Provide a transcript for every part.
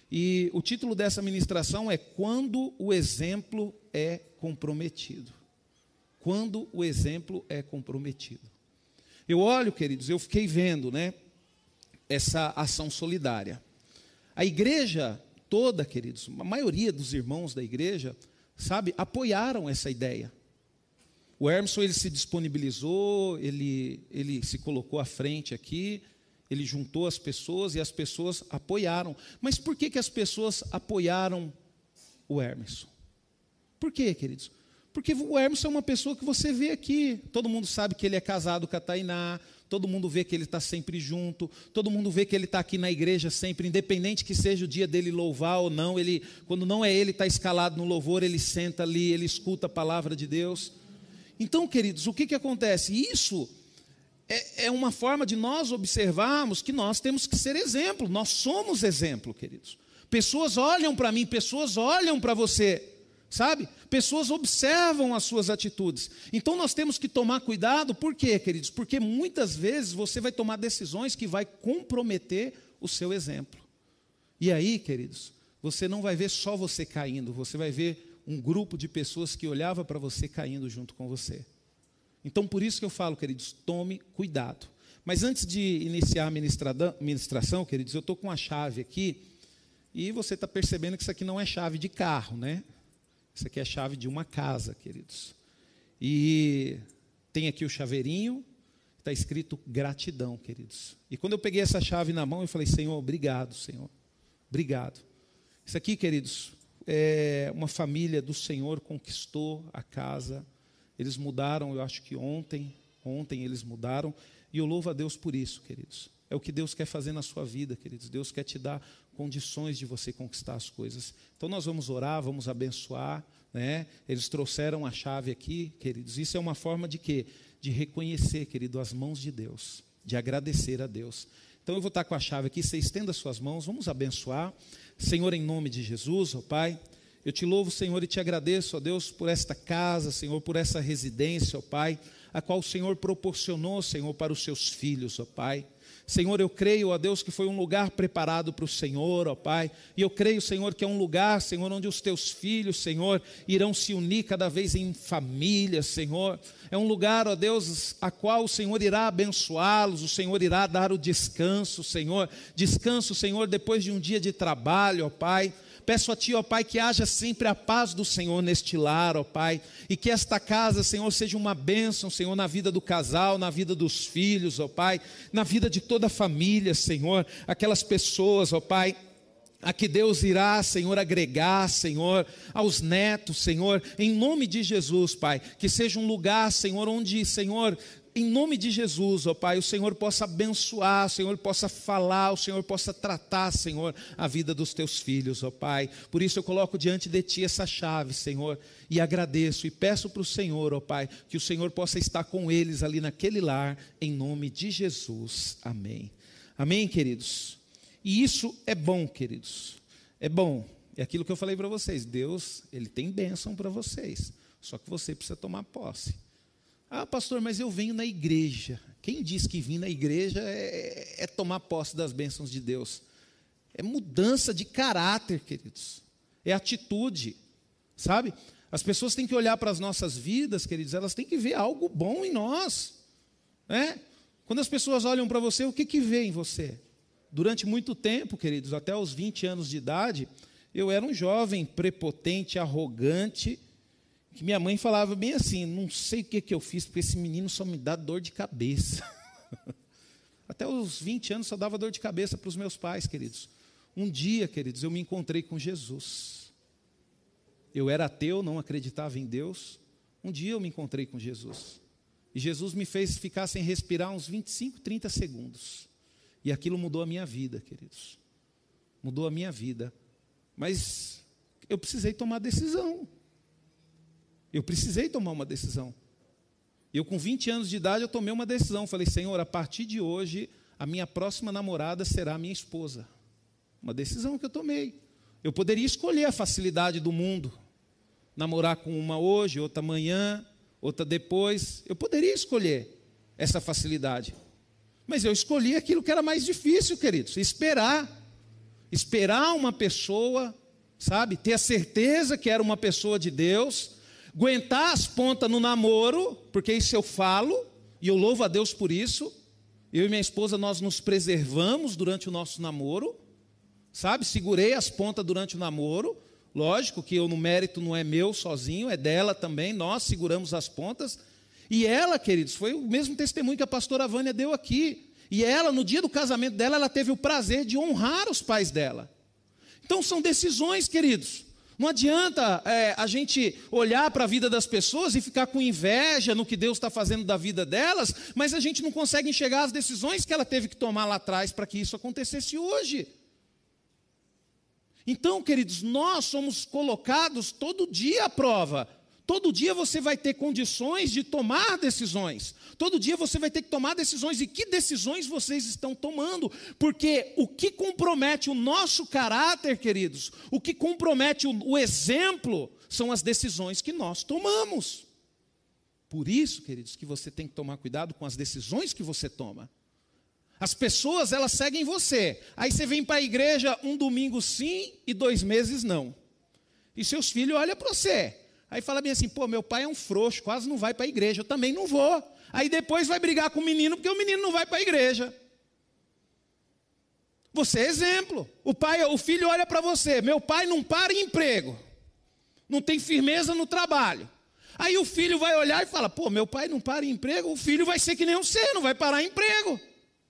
E o título dessa ministração é Quando o Exemplo é Comprometido. Quando o exemplo é comprometido. Eu olho, queridos, eu fiquei vendo, essa ação solidária. A igreja toda, queridos, a maioria dos irmãos da igreja, apoiaram essa ideia. O Hermeson, ele se disponibilizou, ele se colocou à frente aqui, ele juntou as pessoas e as pessoas apoiaram. Mas por que as pessoas apoiaram o Hermeson? Por quê, queridos? Porque o Hermeson é uma pessoa que você vê aqui. Todo mundo sabe que ele é casado com a Tainá, todo mundo vê que ele está sempre junto, todo mundo vê que ele está aqui na igreja sempre, independente que seja o dia dele louvar ou não, quando não é ele, está escalado no louvor, ele senta ali, ele escuta a palavra de Deus. Então, queridos, o que acontece? Isso é uma forma de nós observarmos que nós temos que ser exemplo, nós somos exemplo, queridos. Pessoas olham para mim, pessoas olham para você, pessoas observam as suas atitudes. Então nós temos que tomar cuidado. Por quê, queridos? Porque muitas vezes você vai tomar decisões que vai comprometer o seu exemplo. E aí, queridos, você não vai ver só você caindo, você vai ver um grupo de pessoas que olhava para você caindo junto com você. Então por isso que eu falo, queridos, tome cuidado. Mas antes de iniciar a ministração, queridos, eu estou com a chave aqui, e você está percebendo que isso aqui não é chave de carro, Isso aqui é a chave de uma casa, queridos. E tem aqui o chaveirinho, está escrito gratidão, queridos. E quando eu peguei essa chave na mão, eu falei, Senhor, obrigado, Senhor. Obrigado. Isso aqui, queridos, uma família do Senhor conquistou a casa. Eles mudaram, eu acho que ontem eles mudaram. E eu louvo a Deus por isso, queridos. É o que Deus quer fazer na sua vida, queridos. Deus quer te dar condições de você conquistar as coisas. Então nós vamos orar, vamos abençoar, Eles trouxeram a chave aqui, queridos. Isso é uma forma de quê? De reconhecer, querido, as mãos de Deus, de agradecer a Deus. Então eu vou estar com a chave aqui, você estenda as suas mãos, vamos abençoar. Senhor, em nome de Jesus, ó Pai, eu te louvo, Senhor, e te agradeço, ó Deus, por esta casa, Senhor, por essa residência, ó Pai, a qual o Senhor proporcionou, Senhor, para os seus filhos, ó Pai. Senhor, eu creio, ó Deus, que foi um lugar preparado para o Senhor, ó Pai, e eu creio, Senhor, que é um lugar, Senhor, onde os teus filhos, Senhor, irão se unir cada vez em família, Senhor. É um lugar, ó Deus, a qual o Senhor irá abençoá-los, o Senhor irá dar o descanso, Senhor, depois de um dia de trabalho, ó Pai. Peço a Ti, ó Pai, que haja sempre a paz do Senhor neste lar, ó Pai, e que esta casa, Senhor, seja uma bênção, Senhor, na vida do casal, na vida dos filhos, ó Pai, na vida de toda a família, Senhor, aquelas pessoas, ó Pai, a que Deus irá, Senhor, agregar, Senhor, aos netos, Senhor, em nome de Jesus, Pai, que seja um lugar, Senhor, onde, Senhor, em nome de Jesus, ó Pai, o Senhor possa abençoar, o Senhor possa falar, o Senhor possa tratar, Senhor, a vida dos teus filhos, ó Pai. Por isso eu coloco diante de Ti essa chave, Senhor, e agradeço e peço para o Senhor, ó Pai, que o Senhor possa estar com eles ali naquele lar, em nome de Jesus. Amém. Amém, queridos? E isso é bom, queridos. É bom. É aquilo que eu falei para vocês. Deus, Ele tem bênção para vocês. Só que você precisa tomar posse. Ah, pastor, mas eu venho na igreja. Quem diz que vir na igreja é tomar posse das bênçãos de Deus? É mudança de caráter, queridos. É atitude, As pessoas têm que olhar para as nossas vidas, queridos, elas têm que ver algo bom em nós. Quando as pessoas olham para você, o que vê em você? Durante muito tempo, queridos, até os 20 anos de idade, eu era um jovem prepotente, arrogante, que minha mãe falava bem assim, não sei o que eu fiz, porque esse menino só me dá dor de cabeça. Até os 20 anos só dava dor de cabeça para os meus pais, queridos. Um dia, queridos, eu me encontrei com Jesus. Eu era ateu, não acreditava em Deus. Um dia eu me encontrei com Jesus. E Jesus me fez ficar sem respirar uns 25, 30 segundos. E aquilo mudou a minha vida, queridos. Mudou a minha vida. Mas eu precisei tomar decisão. Eu precisei tomar uma decisão. Eu com 20 anos de idade eu tomei uma decisão. Falei, Senhor, a partir de hoje a minha próxima namorada será a minha esposa. Uma decisão que eu tomei. Eu poderia escolher a facilidade do mundo. Namorar com uma hoje, outra amanhã, outra depois. Eu poderia escolher essa facilidade. Mas eu escolhi aquilo que era mais difícil, queridos, esperar. esperar uma pessoa, sabe, ter a certeza que era uma pessoa de Deus, aguentar as pontas no namoro, porque isso eu falo, e eu louvo a Deus por isso. Eu e minha esposa, nós nos preservamos durante o nosso namoro, sabe, segurei as pontas durante o namoro. Lógico que no mérito não é meu sozinho, é dela também, nós seguramos as pontas. E ela, queridos, foi o mesmo testemunho que a pastora Vânia deu aqui. E ela, no dia do casamento dela, ela teve o prazer de honrar os pais dela. Então são decisões, queridos. Não adianta a gente olhar para a vida das pessoas e ficar com inveja no que Deus está fazendo da vida delas, mas a gente não consegue enxergar as decisões que ela teve que tomar lá atrás para que isso acontecesse hoje. Então, queridos, nós somos colocados todo dia à prova. Todo dia você vai ter condições de tomar decisões. Todo dia você vai ter que tomar decisões. E que decisões vocês estão tomando? Porque o que compromete o nosso caráter, queridos, o que compromete o exemplo, são as decisões que nós tomamos. Por isso, queridos, que você tem que tomar cuidado com as decisões que você toma. As pessoas, elas seguem você. Aí você vem para a igreja um domingo sim e 2 meses não. E seus filhos olham para você. Aí fala bem assim, pô, meu pai é um frouxo, quase não vai para a igreja, eu também não vou. Aí depois vai brigar com o menino, porque o menino não vai para a igreja. Você é exemplo. O filho olha para você, meu pai não para em emprego, não tem firmeza no trabalho. Aí o filho vai olhar e fala, pô, meu pai não para em emprego, o filho vai ser que nem você, não vai parar em emprego.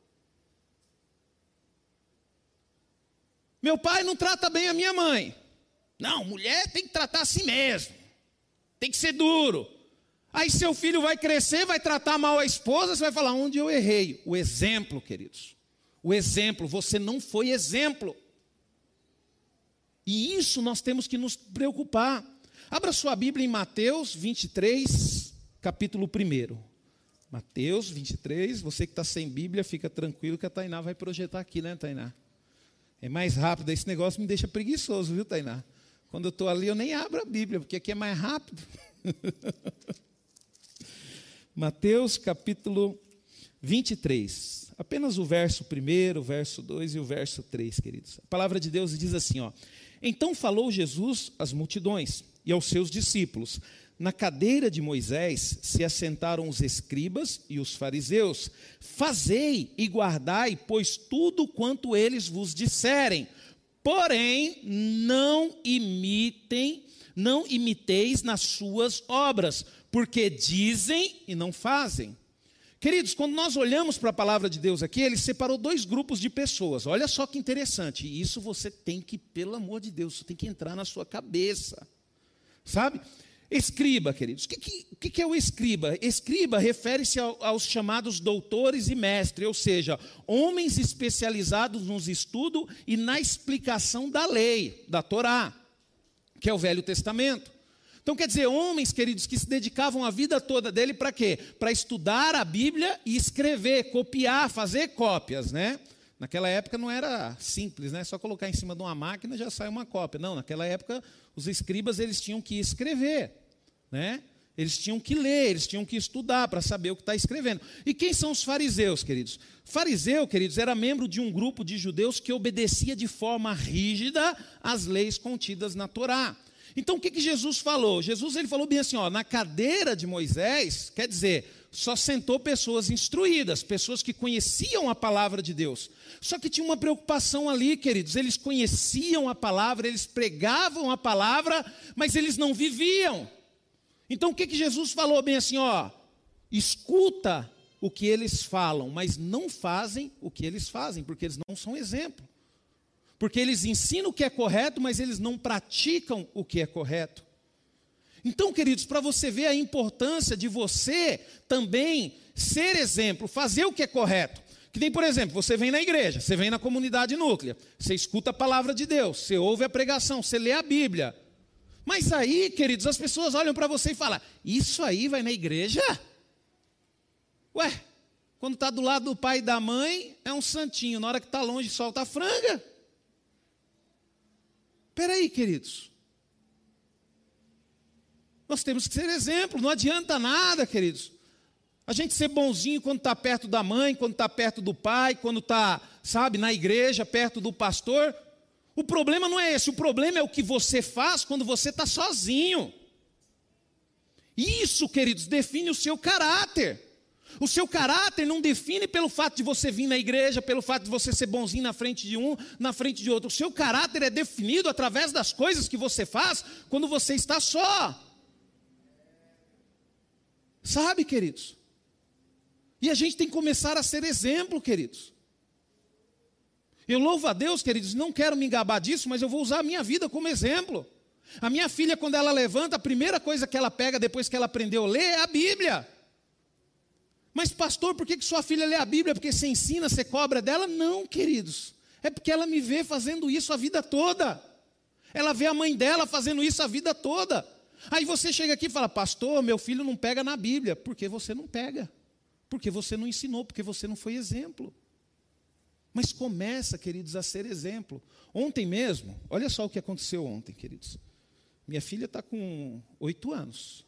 Meu pai não trata bem a minha mãe. Não, mulher tem que tratar assim mesmo. Tem que ser duro. Aí seu filho vai crescer, vai tratar mal a esposa, você vai falar, onde eu errei? O exemplo, queridos. O exemplo, você não foi exemplo. E isso nós temos que nos preocupar. Abra sua Bíblia em Mateus 23, capítulo 1. Mateus 23, você que está sem Bíblia, fica tranquilo que a Tainá vai projetar aqui, né, Tainá? É mais rápido, esse negócio me deixa preguiçoso, viu, Tainá? Quando eu estou ali, eu nem abro a Bíblia, porque aqui é mais rápido. Mateus capítulo 23. Apenas o verso 1, o verso 2 e o verso 3, queridos. A palavra de Deus diz assim, ó. Então falou Jesus às multidões e aos seus discípulos. Na cadeira de Moisés se assentaram os escribas e os fariseus. Fazei e guardai, pois tudo quanto eles vos disserem. Porém, não imiteis nas suas obras, porque dizem e não fazem. Queridos, quando nós olhamos para a palavra de Deus aqui, ele separou 2 grupos de pessoas. Olha só que interessante. E isso você tem que, pelo amor de Deus, isso tem que entrar na sua cabeça. Sabe? Escriba, queridos. O que é o escriba? Escriba refere-se aos chamados doutores e mestres, ou seja, homens especializados nos estudos e na explicação da lei, da Torá, que é o Velho Testamento. Então, quer dizer, homens, queridos, que se dedicavam a vida toda dele para quê? Para estudar a Bíblia e escrever, copiar, fazer cópias, né? Naquela época não era simples, né? Só colocar em cima de uma máquina já sai uma cópia. Não, naquela época os escribas eles tinham que escrever, né? Eles tinham que ler, eles tinham que estudar para saber o que está escrevendo. E quem são os fariseus, queridos? Fariseu, queridos, era membro de um grupo de judeus que obedecia de forma rígida às leis contidas na Torá. Então o que Jesus falou? Jesus ele falou bem assim, ó, na cadeira de Moisés, quer dizer, só sentou pessoas instruídas, pessoas que conheciam a palavra de Deus. Só que tinha uma preocupação ali, queridos, eles conheciam a palavra, eles pregavam a palavra, mas eles não viviam. Então o que Jesus falou bem assim, ó, escuta o que eles falam, mas não fazem o que eles fazem, porque eles não são exemplo. Porque eles ensinam o que é correto, mas eles não praticam o que é correto. Então, queridos, para você ver a importância de você também ser exemplo, fazer o que é correto. Que nem, por exemplo, você vem na igreja, você vem na comunidade núclea, você escuta a palavra de Deus, você ouve a pregação, você lê a Bíblia. Mas aí, queridos, as pessoas olham para você e falam, isso aí vai na igreja? Ué, quando está do lado do pai e da mãe, é um santinho, na hora que está longe, solta a franga. Espera aí, queridos. Nós temos que ser exemplo, não adianta nada, queridos. A gente ser bonzinho quando está perto da mãe, quando está perto do pai, quando está, sabe, na igreja, perto do pastor. O problema não é esse, o problema é o que você faz quando você está sozinho. Isso, queridos, define o seu caráter. O seu caráter não define pelo fato de você vir na igreja, pelo fato de você ser bonzinho na frente de um, na frente de outro. O seu caráter é definido através das coisas que você faz quando você está só. Sabe, queridos? E a gente tem que começar a ser exemplo, queridos. Eu louvo a Deus, queridos, não quero me gabar disso, mas eu vou usar a minha vida como exemplo. A minha filha, quando ela levanta, a primeira coisa que ela pega depois que ela aprendeu a ler é a Bíblia. Mas pastor, por que sua filha lê a Bíblia? Porque você ensina, você cobra dela? Não, queridos. É porque ela me vê fazendo isso a vida toda. Ela vê a mãe dela fazendo isso a vida toda. Aí você chega aqui e fala, pastor, meu filho não pega na Bíblia. Por que você não pega? Porque você não ensinou, porque você não foi exemplo. Mas começa, queridos, a ser exemplo. Ontem mesmo, olha só o que aconteceu ontem, queridos. Minha filha está com 8 anos.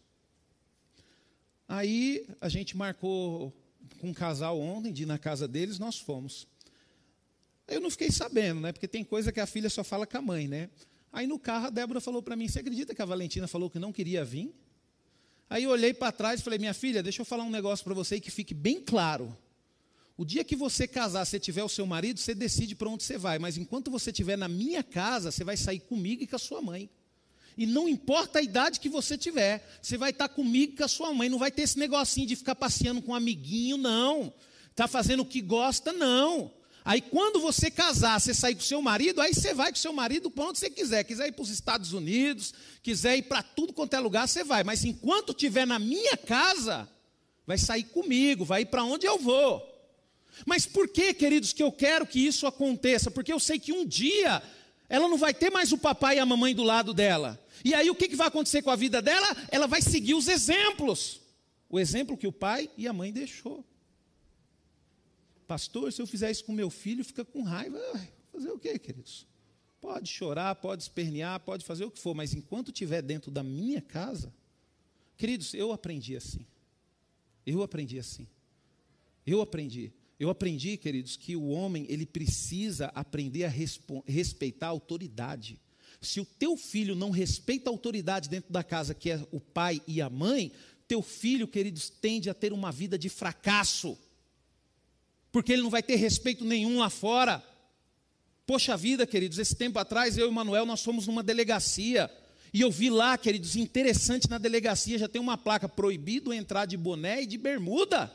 Aí a gente marcou com um casal ontem, de ir na casa deles, nós fomos. Eu não fiquei sabendo, né? Porque tem coisa que a filha só fala com a mãe, né? Aí no carro a Débora falou para mim, você acredita que a Valentina falou que não queria vir? Aí eu olhei para trás e falei, minha filha, deixa eu falar um negócio para você e que fique bem claro. O dia que você casar, se tiver o seu marido, você decide para onde você vai. Mas enquanto você estiver na minha casa, você vai sair comigo e com a sua mãe. E não importa a idade que você tiver, você vai estar comigo e com a sua mãe. Não vai ter esse negocinho de ficar passeando com um amiguinho, não. Está fazendo o que gosta, não. Aí quando você casar, você sair com o seu marido, aí você vai com o seu marido para onde você quiser. Quiser ir para os Estados Unidos, quiser ir para tudo quanto é lugar, você vai. Mas enquanto estiver na minha casa, vai sair comigo, vai ir para onde eu vou. Mas por que, queridos, que eu quero que isso aconteça? Porque eu sei que um dia ela não vai ter mais o papai e a mamãe do lado dela. E aí o que vai acontecer com a vida dela? Ela vai seguir os exemplos. O exemplo que o pai e a mãe deixou. Pastor, se eu fizer isso com meu filho, fica com raiva. Fazer o quê, queridos? Pode chorar, pode espernear, pode fazer o que for, mas enquanto estiver dentro da minha casa, queridos, eu aprendi assim. Eu aprendi assim. Eu aprendi, queridos, que o homem, ele precisa aprender a respeitar a autoridade. Se o teu filho não respeita a autoridade dentro da casa, que é o pai e a mãe, teu filho, queridos, tende a ter uma vida de fracasso. Porque ele não vai ter respeito nenhum lá fora. Poxa vida, queridos, esse tempo atrás, eu e o Manuel, nós fomos numa delegacia. E eu vi lá, queridos, interessante na delegacia, já tem uma placa, proibido entrar de boné e de bermuda.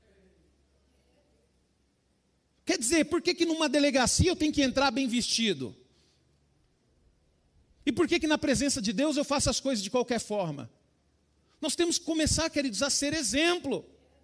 Quer dizer, por que numa delegacia eu tenho que entrar bem vestido? E por que na presença de Deus eu faço as coisas de qualquer forma? Nós temos que começar, queridos, a ser exemplo.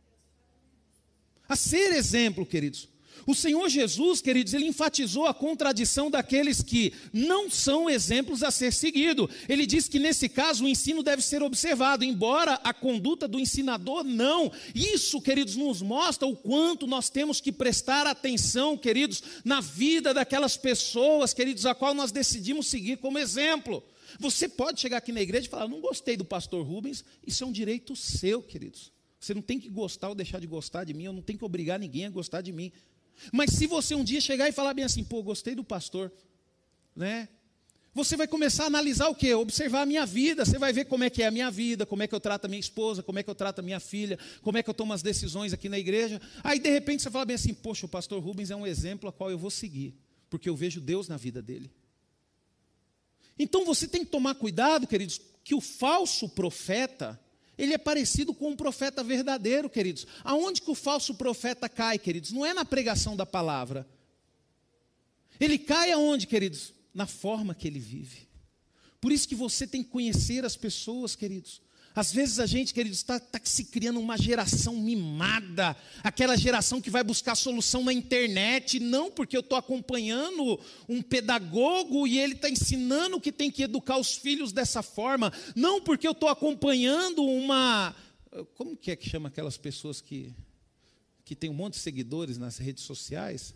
A ser exemplo, queridos. O Senhor Jesus, queridos, ele enfatizou a contradição daqueles que não são exemplos a ser seguido. Ele diz que nesse caso o ensino deve ser observado, embora a conduta do ensinador não. Isso, queridos, nos mostra o quanto nós temos que prestar atenção, queridos, na vida daquelas pessoas, queridos, a qual nós decidimos seguir como exemplo. Você pode chegar aqui na igreja e falar, não gostei do pastor Rubens, isso é um direito seu, queridos. Você não tem que gostar ou deixar de gostar de mim, eu não tenho que obrigar ninguém a gostar de mim. Mas se você um dia chegar e falar bem assim, pô, gostei do pastor, né? Você vai começar a analisar o quê? Observar a minha vida, você vai ver como é que é a minha vida, como é que eu trato a minha esposa, como é que eu trato a minha filha, como é que eu tomo as decisões aqui na igreja. Aí de repente você fala bem assim, poxa, o pastor Rubens é um exemplo a qual eu vou seguir, porque eu vejo Deus na vida dele. Então você tem que tomar cuidado, queridos, que o falso profeta, ele é parecido com um profeta verdadeiro, queridos. Aonde que o falso profeta cai, queridos? Não é na pregação da palavra. Ele cai aonde, queridos? Na forma que ele vive. Por isso que você tem que conhecer as pessoas, queridos. Às vezes a gente, queridos, está se criando uma geração mimada, aquela geração que vai buscar solução na internet, não porque eu estou acompanhando um pedagogo e ele está ensinando que tem que educar os filhos dessa forma, não porque eu estou acompanhando uma... Como que é que chama aquelas pessoas que tem um monte de seguidores nas redes sociais?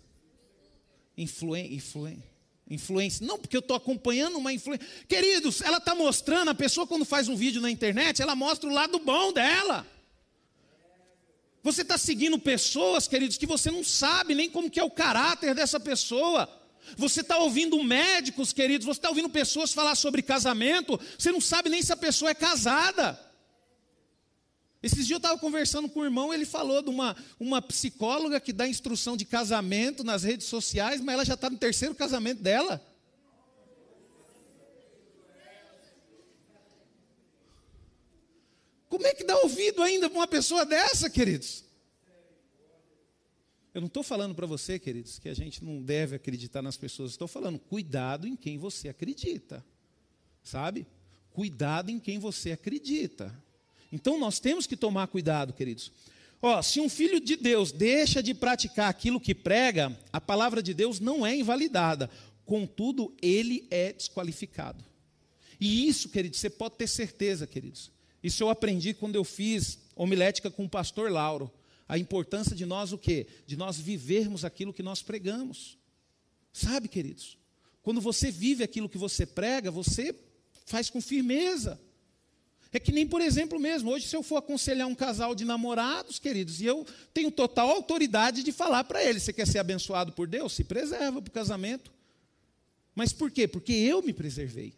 Influência. Não, porque eu estou acompanhando uma influência. Queridos, ela está mostrando, a pessoa quando faz um vídeo na internet, ela mostra o lado bom dela. Você está seguindo pessoas, queridos, que você não sabe nem como que é o caráter dessa pessoa. Você está ouvindo médicos, queridos, você está ouvindo pessoas falar sobre casamento, você não sabe nem se a pessoa é casada. Esses dias eu estava conversando com um irmão, ele falou de uma psicóloga que dá instrução de casamento nas redes sociais, mas ela já está no 3º casamento dela. Como é que dá ouvido ainda para uma pessoa dessa, queridos? Eu não estou falando para você, queridos, que a gente não deve acreditar nas pessoas. Estou falando, cuidado em quem você acredita. Sabe? Cuidado em quem você acredita. Então, nós temos que tomar cuidado, queridos. Se um filho de Deus deixa de praticar aquilo que prega, a palavra de Deus não é invalidada. Contudo, ele é desqualificado. E isso, queridos, você pode ter certeza, queridos. Isso eu aprendi quando eu fiz homilética com o pastor Lauro. A importância de nós o quê? De nós vivermos aquilo que nós pregamos. Sabe, queridos? Quando você vive aquilo que você prega, você faz com firmeza. É que nem, por exemplo, mesmo, hoje se eu for aconselhar um casal de namorados, queridos, e eu tenho total autoridade de falar para eles, você quer ser abençoado por Deus? Se preserva para o casamento. Mas por quê? Porque eu me preservei.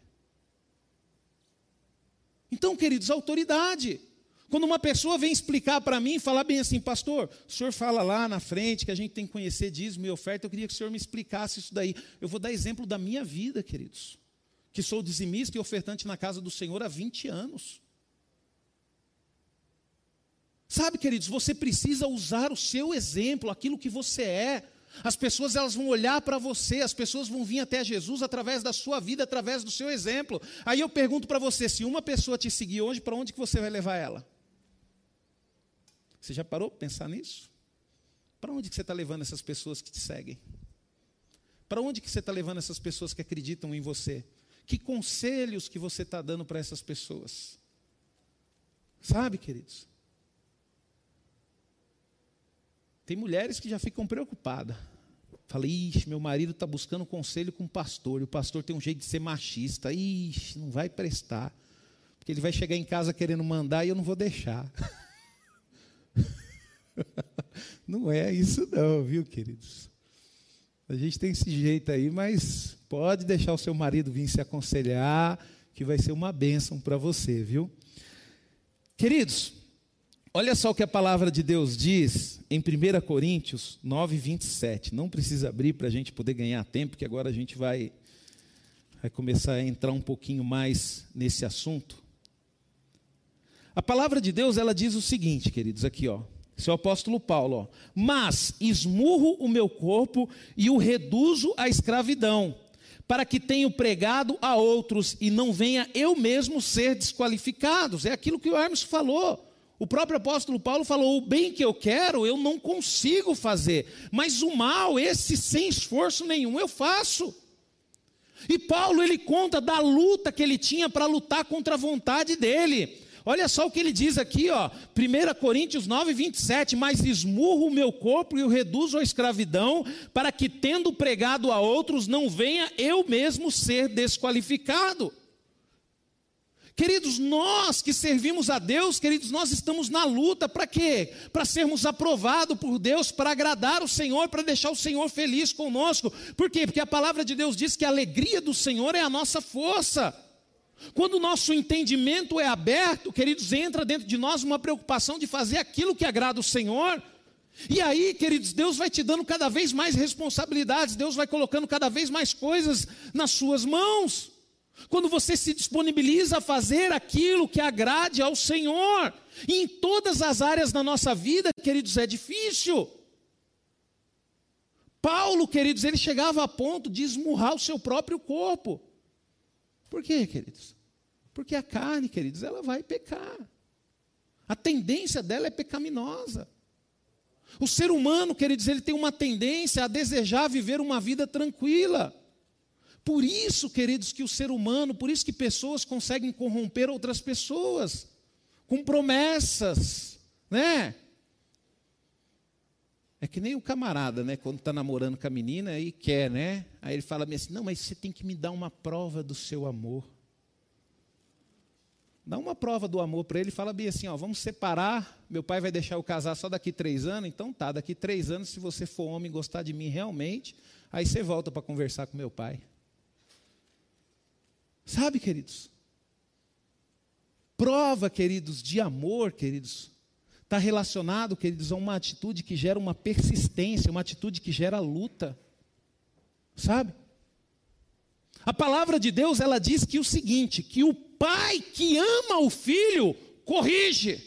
Então, queridos, autoridade. Quando uma pessoa vem explicar para mim, falar bem assim, pastor, o senhor fala lá na frente que a gente tem que conhecer dízimo e oferta, eu queria que o senhor me explicasse isso daí. Eu vou dar exemplo da minha vida, queridos, que sou dizimista e ofertante na casa do Senhor há 20 anos. Sabe, queridos, você precisa usar o seu exemplo, aquilo que você é. As pessoas elas vão olhar para você, as pessoas vão vir até Jesus através da sua vida, através do seu exemplo. Aí eu pergunto para você, se uma pessoa te seguir hoje, para onde que você vai levar ela? Você já parou para pensar nisso? Para onde que você está levando essas pessoas que te seguem? Para onde que você está levando essas pessoas que acreditam em você? Que conselhos que você está dando para essas pessoas? Sabe, queridos? Tem mulheres que já ficam preocupadas. Falei, ixi, meu marido está buscando conselho com o pastor, e o pastor tem um jeito de ser machista. Ixi, não vai prestar, porque ele vai chegar em casa querendo mandar e eu não vou deixar. Não é isso não, viu, queridos? A gente tem esse jeito aí, mas pode deixar o seu marido vir se aconselhar, que vai ser uma bênção para você, viu? Queridos, olha só o que a palavra de Deus diz em 1 Coríntios 9, 27. Não precisa abrir para a gente poder ganhar tempo, porque agora a gente vai começar a entrar um pouquinho mais nesse assunto. A palavra de Deus, ela diz o seguinte, queridos, aqui, esse é o apóstolo Paulo, mas esmurro o meu corpo e o reduzo à escravidão, para que tenho pregado a outros e não venha eu mesmo ser desqualificado. É aquilo que o Hermes falou. O próprio apóstolo Paulo falou, o bem que eu quero, eu não consigo fazer, mas o mal, esse sem esforço nenhum, eu faço. E Paulo, ele conta da luta que ele tinha para lutar contra a vontade dele. Olha só o que ele diz aqui, 1 Coríntios 9, 27, mas esmurro o meu corpo e o reduzo à escravidão, para que tendo pregado a outros, não venha eu mesmo ser desqualificado. Queridos, nós que servimos a Deus, queridos, nós estamos na luta para quê? Para sermos aprovados por Deus, para agradar o Senhor, para deixar o Senhor feliz conosco. Por quê? Porque a palavra de Deus diz que a alegria do Senhor é a nossa força. Quando o nosso entendimento é aberto, queridos, entra dentro de nós uma preocupação de fazer aquilo que agrada o Senhor. E aí, queridos, Deus vai te dando cada vez mais responsabilidades, Deus vai colocando cada vez mais coisas nas suas mãos. Quando você se disponibiliza a fazer aquilo que agrade ao Senhor, e em todas as áreas da nossa vida, queridos, é difícil. Paulo, queridos, ele chegava a ponto de esmurrar o seu próprio corpo. Por quê, queridos? Porque a carne, queridos, ela vai pecar. A tendência dela é pecaminosa. O ser humano, queridos, ele tem uma tendência a desejar viver uma vida tranquila. Por isso, queridos, que o ser humano, por isso que pessoas conseguem corromper outras pessoas, com promessas, né? É que nem o camarada, né? Quando está namorando com a menina e quer, né? Aí ele fala assim, não, mas você tem que me dar uma prova do seu amor. Dá uma prova do amor para ele e fala bem assim, vamos separar, meu pai vai deixar eu casar só daqui 3 anos, então tá, daqui 3 anos, se você for homem e gostar de mim realmente, Aí você volta para conversar com meu pai. Sabe, queridos? Prova, queridos, de amor, queridos, está relacionado, queridos, a uma atitude que gera uma persistência, uma atitude que gera luta. Sabe? A palavra de Deus, ela diz que o seguinte, que o pai que ama o filho, corrige,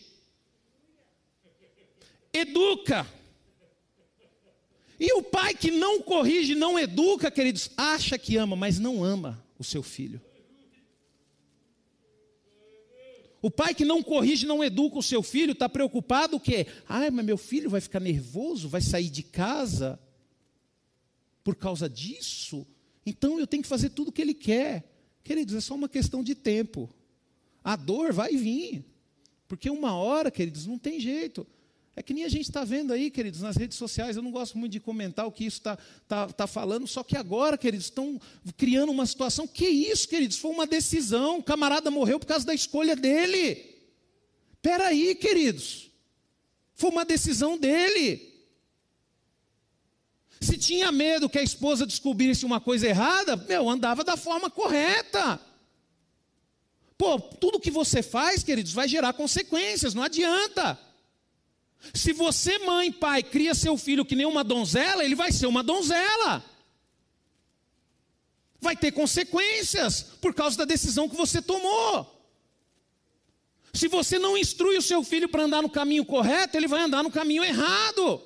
educa. E o pai que não corrige, não educa, queridos, acha que ama, mas não ama o seu filho. O pai que não corrige, não educa o seu filho, está preocupado o quê? Ai, mas meu filho vai ficar nervoso, vai sair de casa por causa disso? Então eu tenho que fazer tudo o que ele quer. Queridos, é só uma questão de tempo. A dor vai vir. Porque uma hora, queridos, não tem jeito. É que nem a gente está vendo aí, queridos, nas redes sociais. Eu não gosto muito de comentar o que isso está falando. Só que agora, queridos, estão criando uma situação. Que isso, queridos? Foi uma decisão. O camarada morreu por causa da escolha dele. Espera aí, queridos. Foi uma decisão dele. Se tinha medo que a esposa descobrisse uma coisa errada, andava da forma correta. Pô, tudo que você faz, queridos, vai gerar consequências, não adianta. Se você, mãe, pai, cria seu filho que nem uma donzela, ele vai ser uma donzela. Vai ter consequências por causa da decisão que você tomou. Se você não instrui o seu filho para andar no caminho correto, ele vai andar no caminho errado.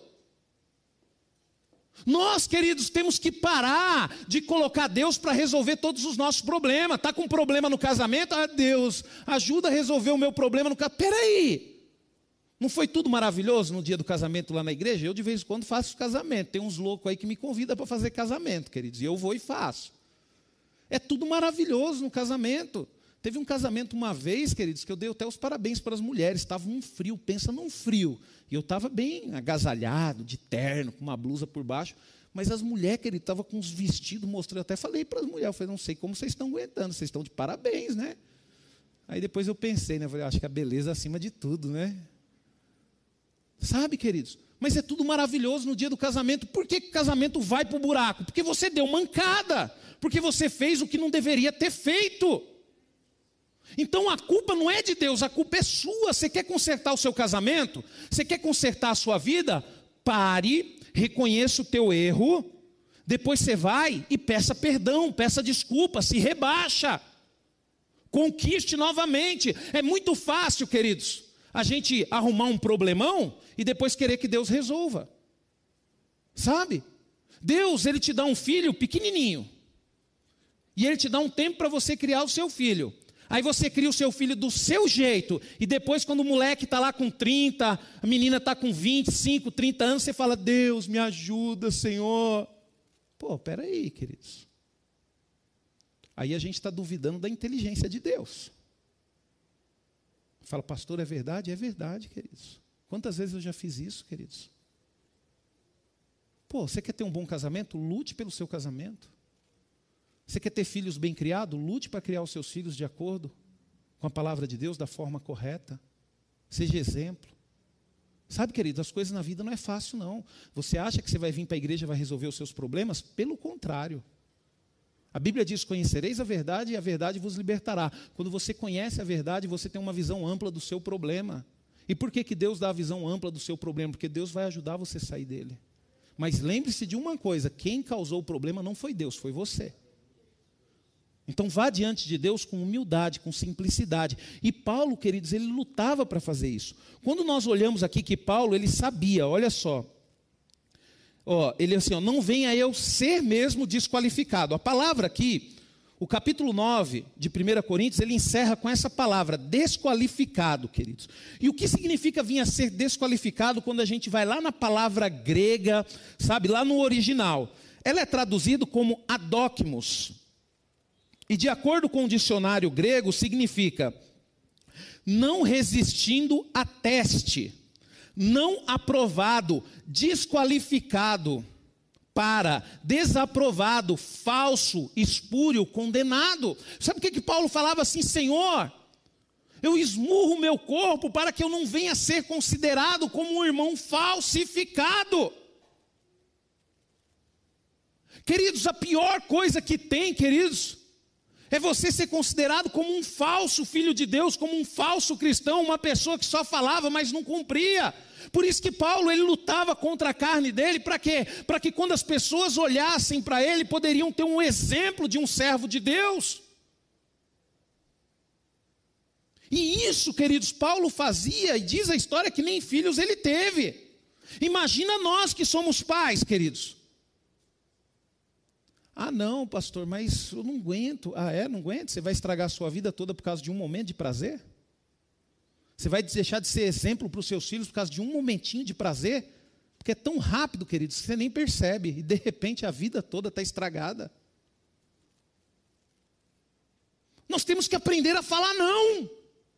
Nós, queridos, temos que parar de colocar Deus para resolver todos os nossos problemas. Está com um problema no casamento? Ah, Deus, ajuda a resolver o meu problema no casamento. Espera aí. Não foi tudo maravilhoso no dia do casamento lá na igreja? Eu de vez em quando faço casamento. Tem uns loucos aí que me convidam para fazer casamento, queridos. E eu vou e faço. É tudo maravilhoso no casamento. Teve um casamento uma vez, queridos, que eu dei até os parabéns para as mulheres. Estava um frio, pensa num frio. E eu estava bem agasalhado, de terno, com uma blusa por baixo. Mas as mulheres, queridos, estavam com uns vestidos mostrando. Eu até falei para as mulheres, eu falei, não sei como vocês estão aguentando, vocês estão de parabéns, né? Aí depois eu pensei, né? Eu falei, acho que a beleza é acima de tudo, né? Sabe, queridos? Mas é tudo maravilhoso no dia do casamento. Por que o casamento vai para o buraco? Porque você deu mancada. Porque você fez o que não deveria ter feito. Então a culpa não é de Deus, a culpa é sua. Você quer consertar o seu casamento? Você quer consertar a sua vida? Pare, reconheça o teu erro. Depois você vai e peça perdão, peça desculpa, se rebaixa. Conquiste novamente. É muito fácil, queridos, a gente arrumar um problemão e depois querer que Deus resolva. Sabe? Deus, Ele te dá um filho pequenininho. E Ele te dá um tempo para você criar o seu filho. Aí você cria o seu filho do seu jeito. E depois quando o moleque está lá com 30, a menina está com 25, 30 anos, você fala, Deus, me ajuda, Senhor. Pô, peraí, queridos. Aí a gente está duvidando da inteligência de Deus. Fala, pastor, é verdade? É verdade, queridos. Quantas vezes eu já fiz isso, queridos? Pô, você quer ter um bom casamento? Lute pelo seu casamento. Você quer ter filhos bem criados? Lute para criar os seus filhos de acordo com a palavra de Deus, da forma correta. Seja exemplo. Sabe, queridos, as coisas na vida não é fácil, não. Você acha que você vai vir para a igreja e vai resolver os seus problemas? Pelo contrário. A Bíblia diz, conhecereis a verdade e a verdade vos libertará. Quando você conhece a verdade, você tem uma visão ampla do seu problema. E por que Deus dá a visão ampla do seu problema? Porque Deus vai ajudar você a sair dele. Mas lembre-se de uma coisa, quem causou o problema não foi Deus, foi você. Então vá diante de Deus com humildade, com simplicidade. E Paulo, queridos, ele lutava para fazer isso. Quando nós olhamos aqui que Paulo, ele sabia, olha só. Ele assim, não venha eu ser mesmo desqualificado. A palavra aqui, o capítulo 9 de 1 Coríntios, ele encerra com essa palavra, desqualificado, queridos. E o que significa vir a ser desqualificado quando a gente vai lá na palavra grega, sabe, lá no original? Ela é traduzida como adóquimos. E de acordo com o dicionário grego, significa não resistindo a teste, não aprovado, desqualificado, para, desaprovado, falso, espúrio, condenado. Sabe o que Paulo falava assim? Senhor, eu esmurro o meu corpo para que eu não venha a ser considerado como um irmão falsificado. Queridos, a pior coisa que tem, queridos, é você ser considerado como um falso filho de Deus, como um falso cristão, uma pessoa que só falava, mas não cumpria. Por isso que Paulo, ele lutava contra a carne dele, para quê? Para que quando as pessoas olhassem para ele, poderiam ter um exemplo de um servo de Deus. E isso, queridos, Paulo fazia, e diz a história que nem filhos ele teve. Imagina nós que somos pais, queridos. Ah não, pastor, mas eu não aguento. Ah é? Não aguento? Você vai estragar a sua vida toda por causa de um momento de prazer? Você vai deixar de ser exemplo para os seus filhos por causa de um momentinho de prazer? Porque é tão rápido, queridos, que você nem percebe. E de repente a vida toda está estragada. Nós temos que aprender a falar não.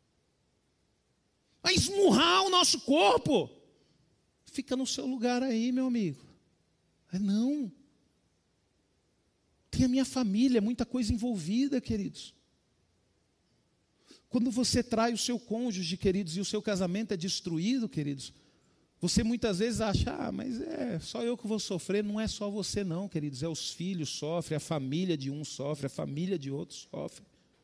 A esmurrar o nosso corpo. Fica no seu lugar aí, meu amigo. É não. Tem a minha família, muita coisa envolvida, queridos. Quando você trai o seu cônjuge, queridos, e o seu casamento é destruído, queridos, você muitas vezes acha, mas é só eu que vou sofrer. Não é só você não, queridos, é os filhos sofrem, a família de um sofre, a família de outro sofre.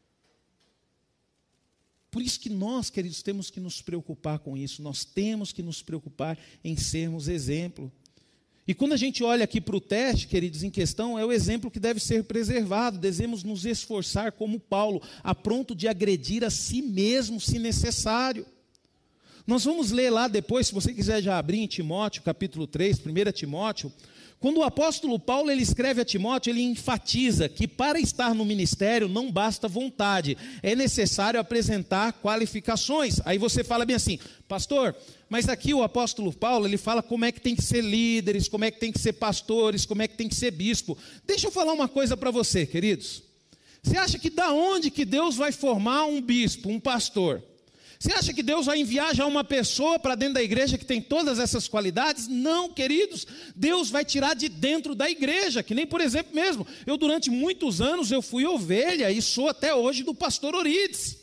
Por isso que nós, queridos, temos que nos preocupar com isso, nós temos que nos preocupar em sermos exemplo. E quando a gente olha aqui para o teste, queridos, em questão, é o exemplo que deve ser preservado. Devemos nos esforçar como Paulo, a ponto de agredir a si mesmo, se necessário. Nós vamos ler lá depois, se você quiser já abrir em Timóteo, capítulo 3, 1 Timóteo. Quando o apóstolo Paulo ele escreve a Timóteo, ele enfatiza que para estar no ministério não basta vontade, é necessário apresentar qualificações. Aí você fala bem assim, pastor, mas aqui o apóstolo Paulo, ele fala como é que tem que ser líderes, como é que tem que ser pastores, como é que tem que ser bispo. Deixa eu falar uma coisa para você, queridos. Você acha que da onde que Deus vai formar um bispo, um pastor? Você acha que Deus vai enviar já uma pessoa para dentro da igreja que tem todas essas qualidades? Não, queridos, Deus vai tirar de dentro da igreja, que nem por exemplo mesmo, eu durante muitos anos eu fui ovelha e sou até hoje do pastor Orides.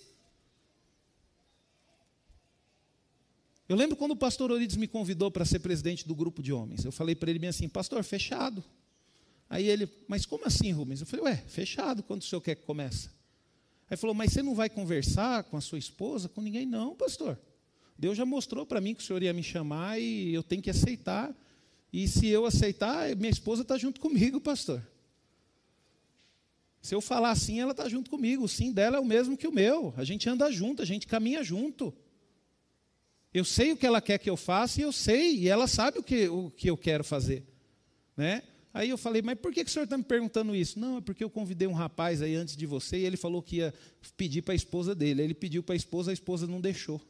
Eu lembro quando o pastor Orides me convidou para ser presidente do grupo de homens, eu falei para ele bem assim, pastor, fechado. Aí ele, mas como assim, Rubens? Eu falei, fechado, quando o senhor quer que comece? Aí falou, mas você não vai conversar com a sua esposa? Com ninguém? Não, pastor. Deus já mostrou para mim que o senhor ia me chamar e eu tenho que aceitar. E se eu aceitar, minha esposa está junto comigo, pastor. Se eu falar sim, ela está junto comigo. O sim dela é o mesmo que o meu. A gente anda junto, a gente caminha junto. Eu sei o que ela quer que eu faça e eu sei. E ela sabe o que eu quero fazer. Né? Aí eu falei, mas por que o senhor está me perguntando isso? Não, é porque eu convidei um rapaz aí antes de você e ele falou que ia pedir para a esposa dele. Aí ele pediu para a esposa não deixou.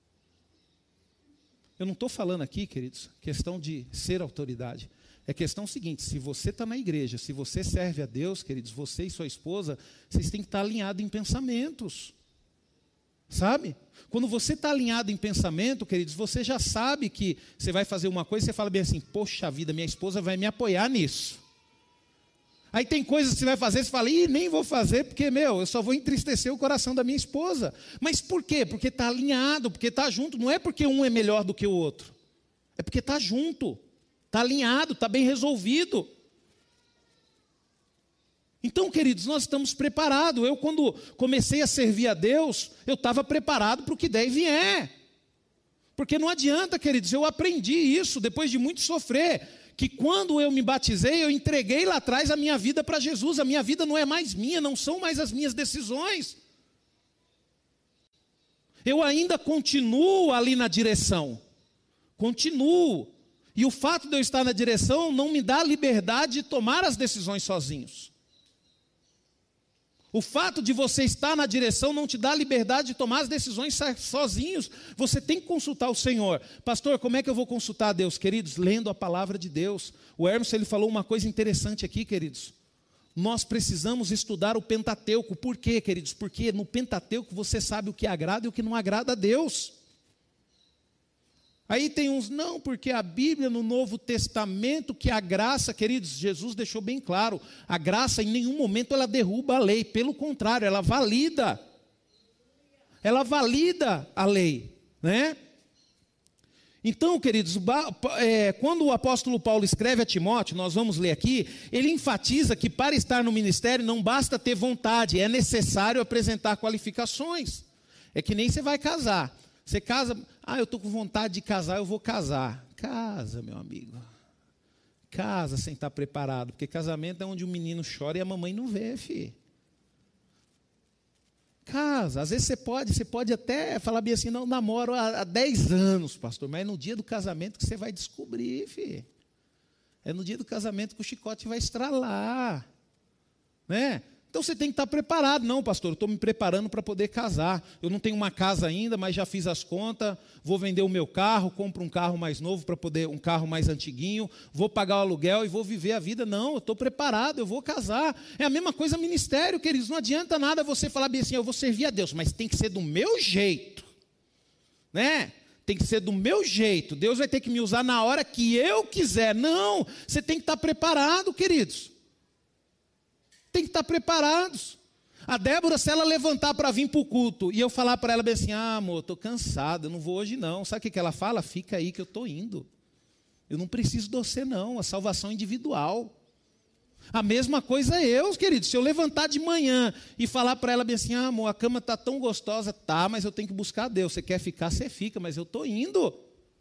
Eu não estou falando aqui, queridos, questão de ser autoridade. É questão seguinte, se você está na igreja, se você serve a Deus, queridos, você e sua esposa, vocês têm que estar alinhados em pensamentos. Sabe? Quando você está alinhado em pensamento, queridos, você já sabe que você vai fazer uma coisa e você fala bem assim, poxa vida, minha esposa vai me apoiar nisso. Aí tem coisas que você vai fazer, você fala, nem vou fazer, porque, eu só vou entristecer o coração da minha esposa. Mas por quê? Porque está alinhado, porque está junto. Não é porque um é melhor do que o outro. É porque está junto, está alinhado, está bem resolvido. Então, queridos, nós estamos preparados. Eu, quando comecei a servir a Deus, eu estava preparado para o que der e vier. Porque não adianta, queridos, eu aprendi isso depois de muito sofrer, que quando eu me batizei, eu entreguei lá atrás a minha vida para Jesus. A minha vida não é mais minha, não são mais as minhas decisões. Eu ainda continuo ali na direção. Continuo. E o fato de eu estar na direção não me dá liberdade de tomar as decisões sozinhos. O fato de você estar na direção não te dá liberdade de tomar as decisões sozinhos. Você tem que consultar o Senhor. Pastor, como é que eu vou consultar a Deus? Queridos, lendo a palavra de Deus. O Hermes, ele falou uma coisa interessante aqui, queridos. Nós precisamos estudar o Pentateuco. Por quê, queridos? Porque no Pentateuco você sabe o que agrada e o que não agrada a Deus. Aí tem uns, não, porque a Bíblia no Novo Testamento, que a graça, queridos, Jesus deixou bem claro, a graça em nenhum momento ela derruba a lei, pelo contrário, ela valida a lei, né? Então, queridos, quando o apóstolo Paulo escreve a Timóteo, nós vamos ler aqui, ele enfatiza que para estar no ministério não basta ter vontade, é necessário apresentar qualificações. É que nem você vai casar. Você casa, eu estou com vontade de casar, eu vou casar. Casa, meu amigo. Casa sem estar preparado, porque casamento é onde o menino chora e a mamãe não vê, filho. Casa, às vezes você pode até falar bem assim, não, namoro há 10 anos, pastor, mas é no dia do casamento que você vai descobrir, filho. É no dia do casamento que o chicote vai estralar, né? Então você tem que estar preparado. Não, pastor, eu estou me preparando para poder casar. Eu não tenho uma casa ainda, mas já fiz as contas, vou vender o meu carro, compro um carro mais novo para poder, um carro mais antiguinho, vou pagar o aluguel e vou viver a vida. Não, eu estou preparado, eu vou casar. É a mesma coisa ministério, queridos. Não adianta nada você falar bem assim, eu vou servir a Deus, mas tem que ser do meu jeito, né? Tem que ser do meu jeito. Deus vai ter que me usar na hora que eu quiser. Não, você tem que estar preparado, queridos. Tem que estar preparados. A Débora, se ela levantar para vir para o culto e eu falar para ela bem assim, amor, estou cansada, eu não vou hoje não. Sabe o que ela fala? Fica aí que eu estou indo. Eu não preciso de você não, a salvação individual. A mesma coisa eu, querido, se eu levantar de manhã e falar para ela bem assim, amor, a cama está tão gostosa, tá, mas eu tenho que buscar Deus. Você quer ficar, você fica, mas eu estou indo.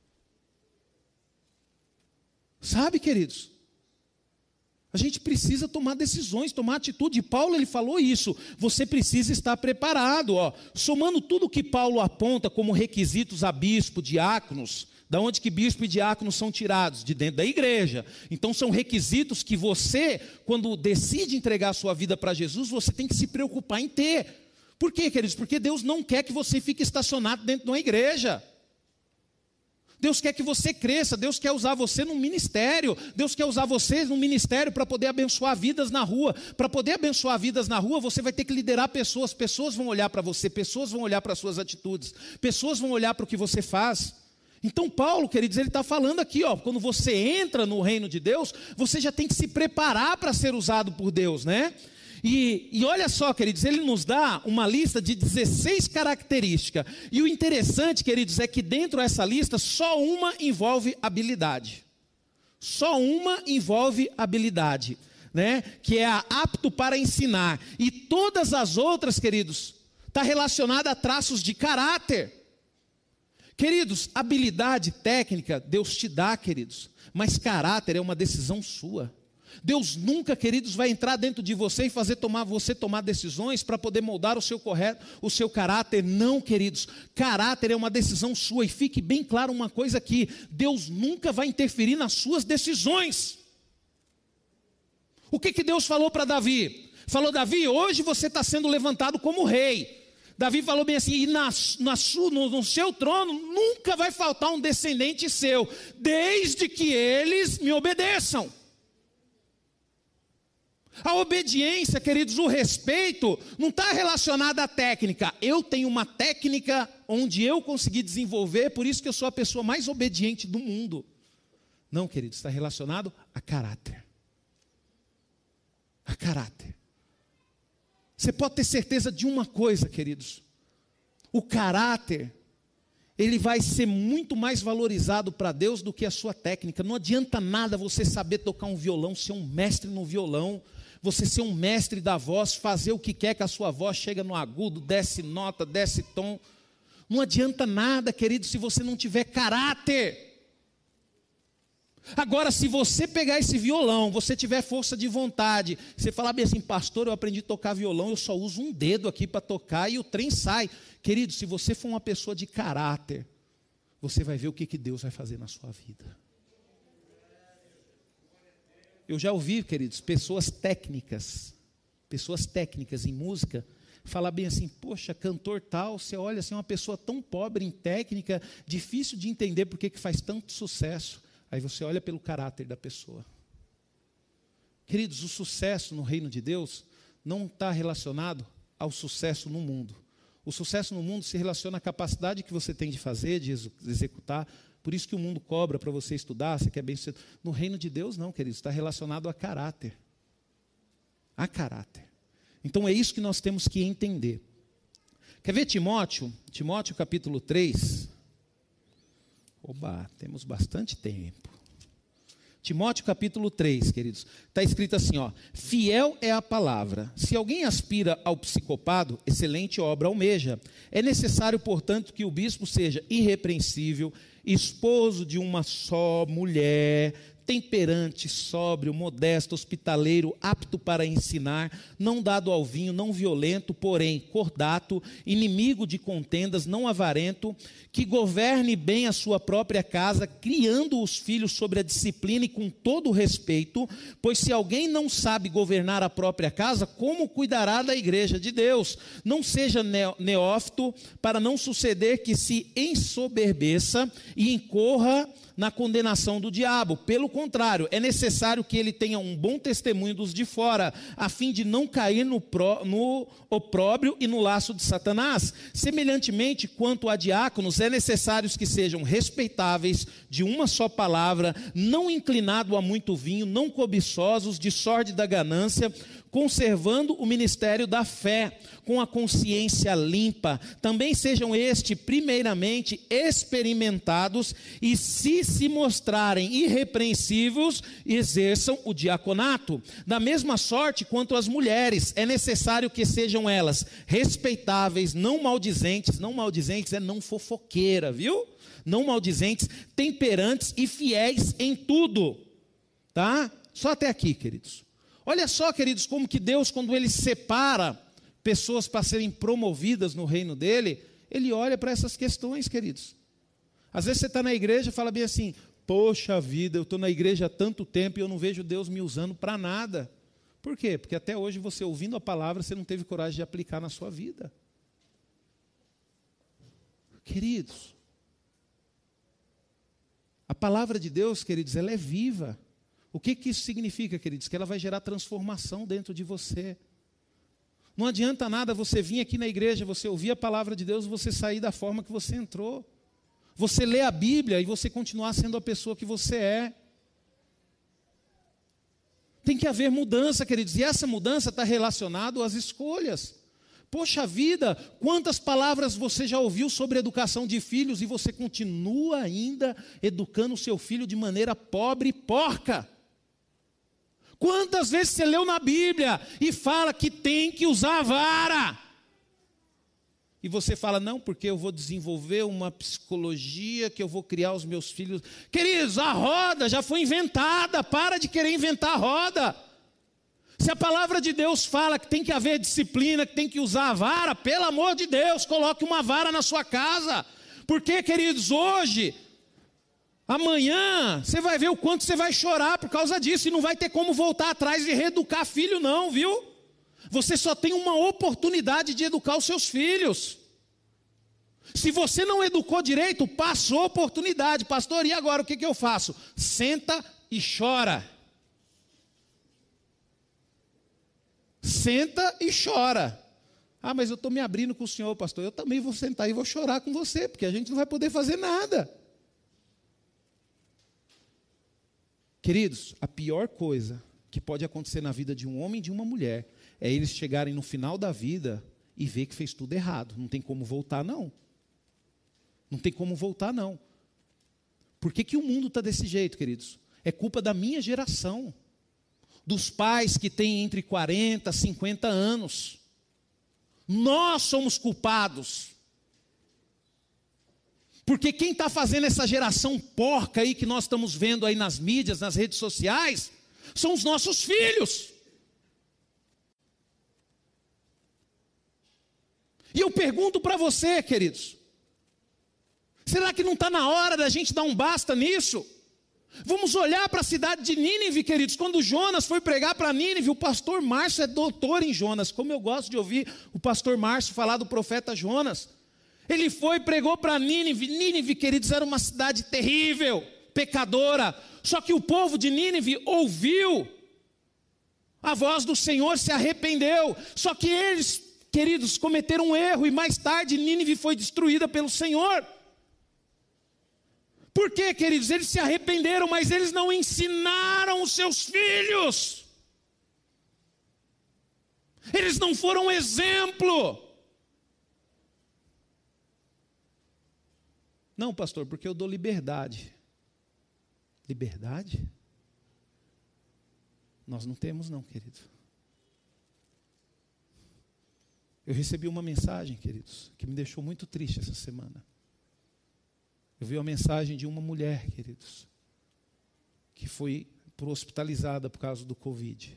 Sabe, queridos? A gente precisa tomar decisões, tomar atitude. Paulo, ele falou isso. Você precisa estar preparado. Somando tudo que Paulo aponta como requisitos a bispo, diáconos, da onde que bispo e diáconos são tirados? De dentro da igreja. Então são requisitos que você, quando decide entregar a sua vida para Jesus, você tem que se preocupar em ter. Por quê, queridos? Porque Deus não quer que você fique estacionado dentro de uma igreja. Deus quer que você cresça, Deus quer usar você num ministério, Deus quer usar vocês num ministério para poder abençoar vidas na rua. Para poder abençoar vidas na rua, você vai ter que liderar pessoas, pessoas vão olhar para você, pessoas vão olhar para as suas atitudes, pessoas vão olhar para o que você faz. Então Paulo, queridos, ele está falando aqui, quando você entra no reino de Deus, você já tem que se preparar para ser usado por Deus, né? E olha só, queridos, ele nos dá uma lista de 16 características. E o interessante, queridos, é que dentro dessa lista, só uma envolve habilidade. Só uma envolve habilidade, né? Que é a apto para ensinar. E todas as outras, queridos, está relacionada a traços de caráter. Queridos, habilidade técnica, Deus te dá, queridos. Mas caráter é uma decisão sua. Deus nunca, queridos, vai entrar dentro de você e fazer você tomar decisões para poder moldar o seu caráter. Não, queridos, caráter é uma decisão sua. E fique bem claro uma coisa aqui, Deus nunca vai interferir nas suas decisões. O que Deus falou para Davi? Falou, Davi, hoje você está sendo levantado como rei. Davi falou bem assim, e no seu trono nunca vai faltar um descendente seu, desde que eles me obedeçam. A obediência, queridos, o respeito, não está relacionado à técnica. Eu tenho uma técnica onde eu consegui desenvolver, por isso que eu sou a pessoa mais obediente do mundo. Não, queridos, está relacionado a caráter. A caráter. Você pode ter certeza de uma coisa, queridos. O caráter, ele vai ser muito mais valorizado para Deus do que a sua técnica. Não adianta nada você saber tocar um violão, ser um mestre no violão, você ser um mestre da voz, fazer o que quer que a sua voz chegue no agudo, desce nota, desce tom. Não adianta nada, querido, se você não tiver caráter. Agora, se você pegar esse violão, você tiver força de vontade, você falar bem assim, pastor, eu aprendi a tocar violão, eu só uso um dedo aqui para tocar e o trem sai. Querido, se você for uma pessoa de caráter, você vai ver o que Deus vai fazer na sua vida. Eu já ouvi, queridos, pessoas técnicas em música, falar bem assim, poxa, cantor tal, você olha assim, uma pessoa tão pobre em técnica, difícil de entender por que faz tanto sucesso. Aí você olha pelo caráter da pessoa. Queridos, o sucesso no reino de Deus não está relacionado ao sucesso no mundo. O sucesso no mundo se relaciona à capacidade que você tem de fazer, de executar. Por isso que o mundo cobra para você estudar, você quer bem sucedido. No reino de Deus não, queridos, está relacionado a caráter. A caráter. Então é isso que nós temos que entender. Quer ver Timóteo? Timóteo capítulo 3. Oba, temos bastante tempo. Timóteo capítulo 3, queridos, está escrito assim, ó: fiel é a palavra. Se alguém aspira ao psicopado, excelente obra almeja. É necessário, portanto, que o bispo seja irrepreensível, esposo de uma só mulher, temperante, sóbrio, modesto, hospitaleiro, apto para ensinar, não dado ao vinho, não violento, porém cordato, inimigo de contendas, não avarento, que governe bem a sua própria casa, criando os filhos sobre a disciplina e com todo o respeito, pois se alguém não sabe governar a própria casa, como cuidará da igreja de Deus? Não seja neófito, para não suceder que se ensoberbeça e incorra na condenação do diabo. Pelo contrário, é necessário que ele tenha um bom testemunho dos de fora, a fim de não cair no opróbrio e no laço de Satanás. Semelhantemente, quanto a diáconos, é necessário que sejam respeitáveis, de uma só palavra, não inclinados a muito vinho, não cobiçosos, de sorte da ganância, conservando o ministério da fé, com a consciência limpa. Também sejam primeiramente experimentados, e se mostrarem irrepreensíveis, exerçam o diaconato. Da mesma sorte quanto as mulheres, é necessário que sejam elas respeitáveis, não maldizentes é não fofoqueira, viu? Não maldizentes, temperantes e fiéis em tudo, tá? Só até aqui, queridos. Olha só, queridos, como que Deus, quando Ele separa pessoas para serem promovidas no reino dEle, Ele olha para essas questões, queridos. Às vezes você está na igreja e fala bem assim: poxa vida, eu estou na igreja há tanto tempo e eu não vejo Deus me usando para nada. Por quê? Porque até hoje você, ouvindo a palavra, você não teve coragem de aplicar na sua vida. Queridos, a palavra de Deus, queridos, ela é viva. O que isso significa, queridos? Que ela vai gerar transformação dentro de você. Não adianta nada você vir aqui na igreja, você ouvir a palavra de Deus e você sair da forma que você entrou. Você lê a Bíblia e você continuar sendo a pessoa que você é. Tem que haver mudança, queridos, e essa mudança está relacionada às escolhas. Poxa vida, quantas palavras você já ouviu sobre educação de filhos e você continua ainda educando o seu filho de maneira pobre e porca? Quantas vezes você leu na Bíblia e fala que tem que usar a vara? E você fala: não, porque eu vou desenvolver uma psicologia, que eu vou criar os meus filhos. Queridos, a roda já foi inventada, para de querer inventar a roda. Se a palavra de Deus fala que tem que haver disciplina, que tem que usar a vara, pelo amor de Deus, coloque uma vara na sua casa. Porque, queridos, hoje, amanhã, você vai ver o quanto você vai chorar por causa disso, e não vai ter como voltar atrás e reeducar filho não, viu? Você só tem uma oportunidade de educar os seus filhos. Se você não educou direito, passou a oportunidade. Pastor, e agora o que eu faço? Senta e chora. Senta e chora. Ah, mas eu estou me abrindo com o senhor, pastor. Eu também vou sentar e vou chorar com você, porque a gente não vai poder fazer nada. Queridos, a pior coisa que pode acontecer na vida de um homem e de uma mulher é eles chegarem no final da vida e ver que fez tudo errado. Não tem como voltar, não. Não tem como voltar, não. Por que o mundo está desse jeito, queridos? É culpa da minha geração. Dos pais que têm entre 40 e 50 anos. Nós somos culpados. Porque quem está fazendo essa geração porca aí que nós estamos vendo aí nas mídias, nas redes sociais, são os nossos filhos. E eu pergunto para você, queridos, será que não está na hora da gente dar um basta nisso? Vamos olhar para a cidade de Nínive, queridos. Quando Jonas foi pregar para Nínive, o pastor Márcio é doutor em Jonas. Como eu gosto de ouvir o pastor Márcio falar do profeta Jonas. Ele foi e pregou para Nínive. Nínive, queridos, era uma cidade terrível, pecadora. Só que o povo de Nínive ouviu a voz do Senhor, se arrependeu. Só que eles, queridos, cometeram um erro e mais tarde Nínive foi destruída pelo Senhor. Por quê, queridos? Eles se arrependeram, mas eles não ensinaram os seus filhos. Eles não foram exemplo. Não, pastor, porque eu dou liberdade. Liberdade? Nós não temos não, querido. Eu recebi uma mensagem, queridos, que me deixou muito triste essa semana. Eu vi uma mensagem de uma mulher, queridos, que foi hospitalizada por causa do Covid.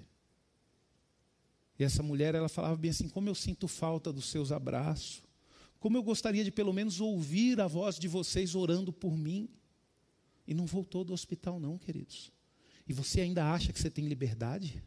E essa mulher, ela falava bem assim, como eu sinto falta dos seus abraços, como eu gostaria de pelo menos ouvir a voz de vocês orando por mim. E não voltou do hospital não, queridos. E você ainda acha que você tem liberdade?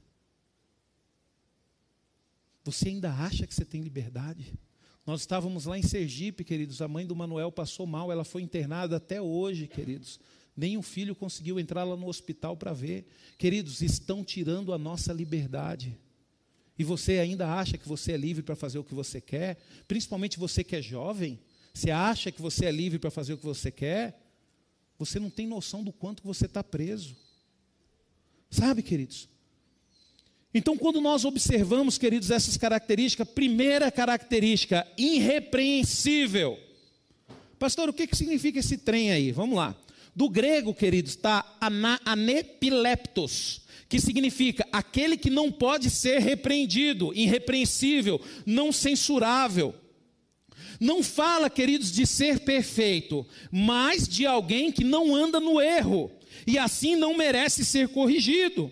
Você ainda acha que você tem liberdade? Nós estávamos lá em Sergipe, queridos, a mãe do Manuel passou mal, ela foi internada até hoje, queridos. Nem o filho conseguiu entrar lá no hospital para ver. Queridos, estão tirando a nossa liberdade. E você ainda acha que você é livre para fazer o que você quer? Principalmente você que é jovem, você acha que você é livre para fazer o que você quer? Você não tem noção do quanto você está preso. Sabe, queridos? Então, quando nós observamos, queridos, essas características, primeira característica, irrepreensível. Pastor, o que significa esse trem aí? Vamos lá. Do grego, queridos, está anepileptos, que significa aquele que não pode ser repreendido, irrepreensível, não censurável. Não fala, queridos, de ser perfeito, mas de alguém que não anda no erro, e assim não merece ser corrigido.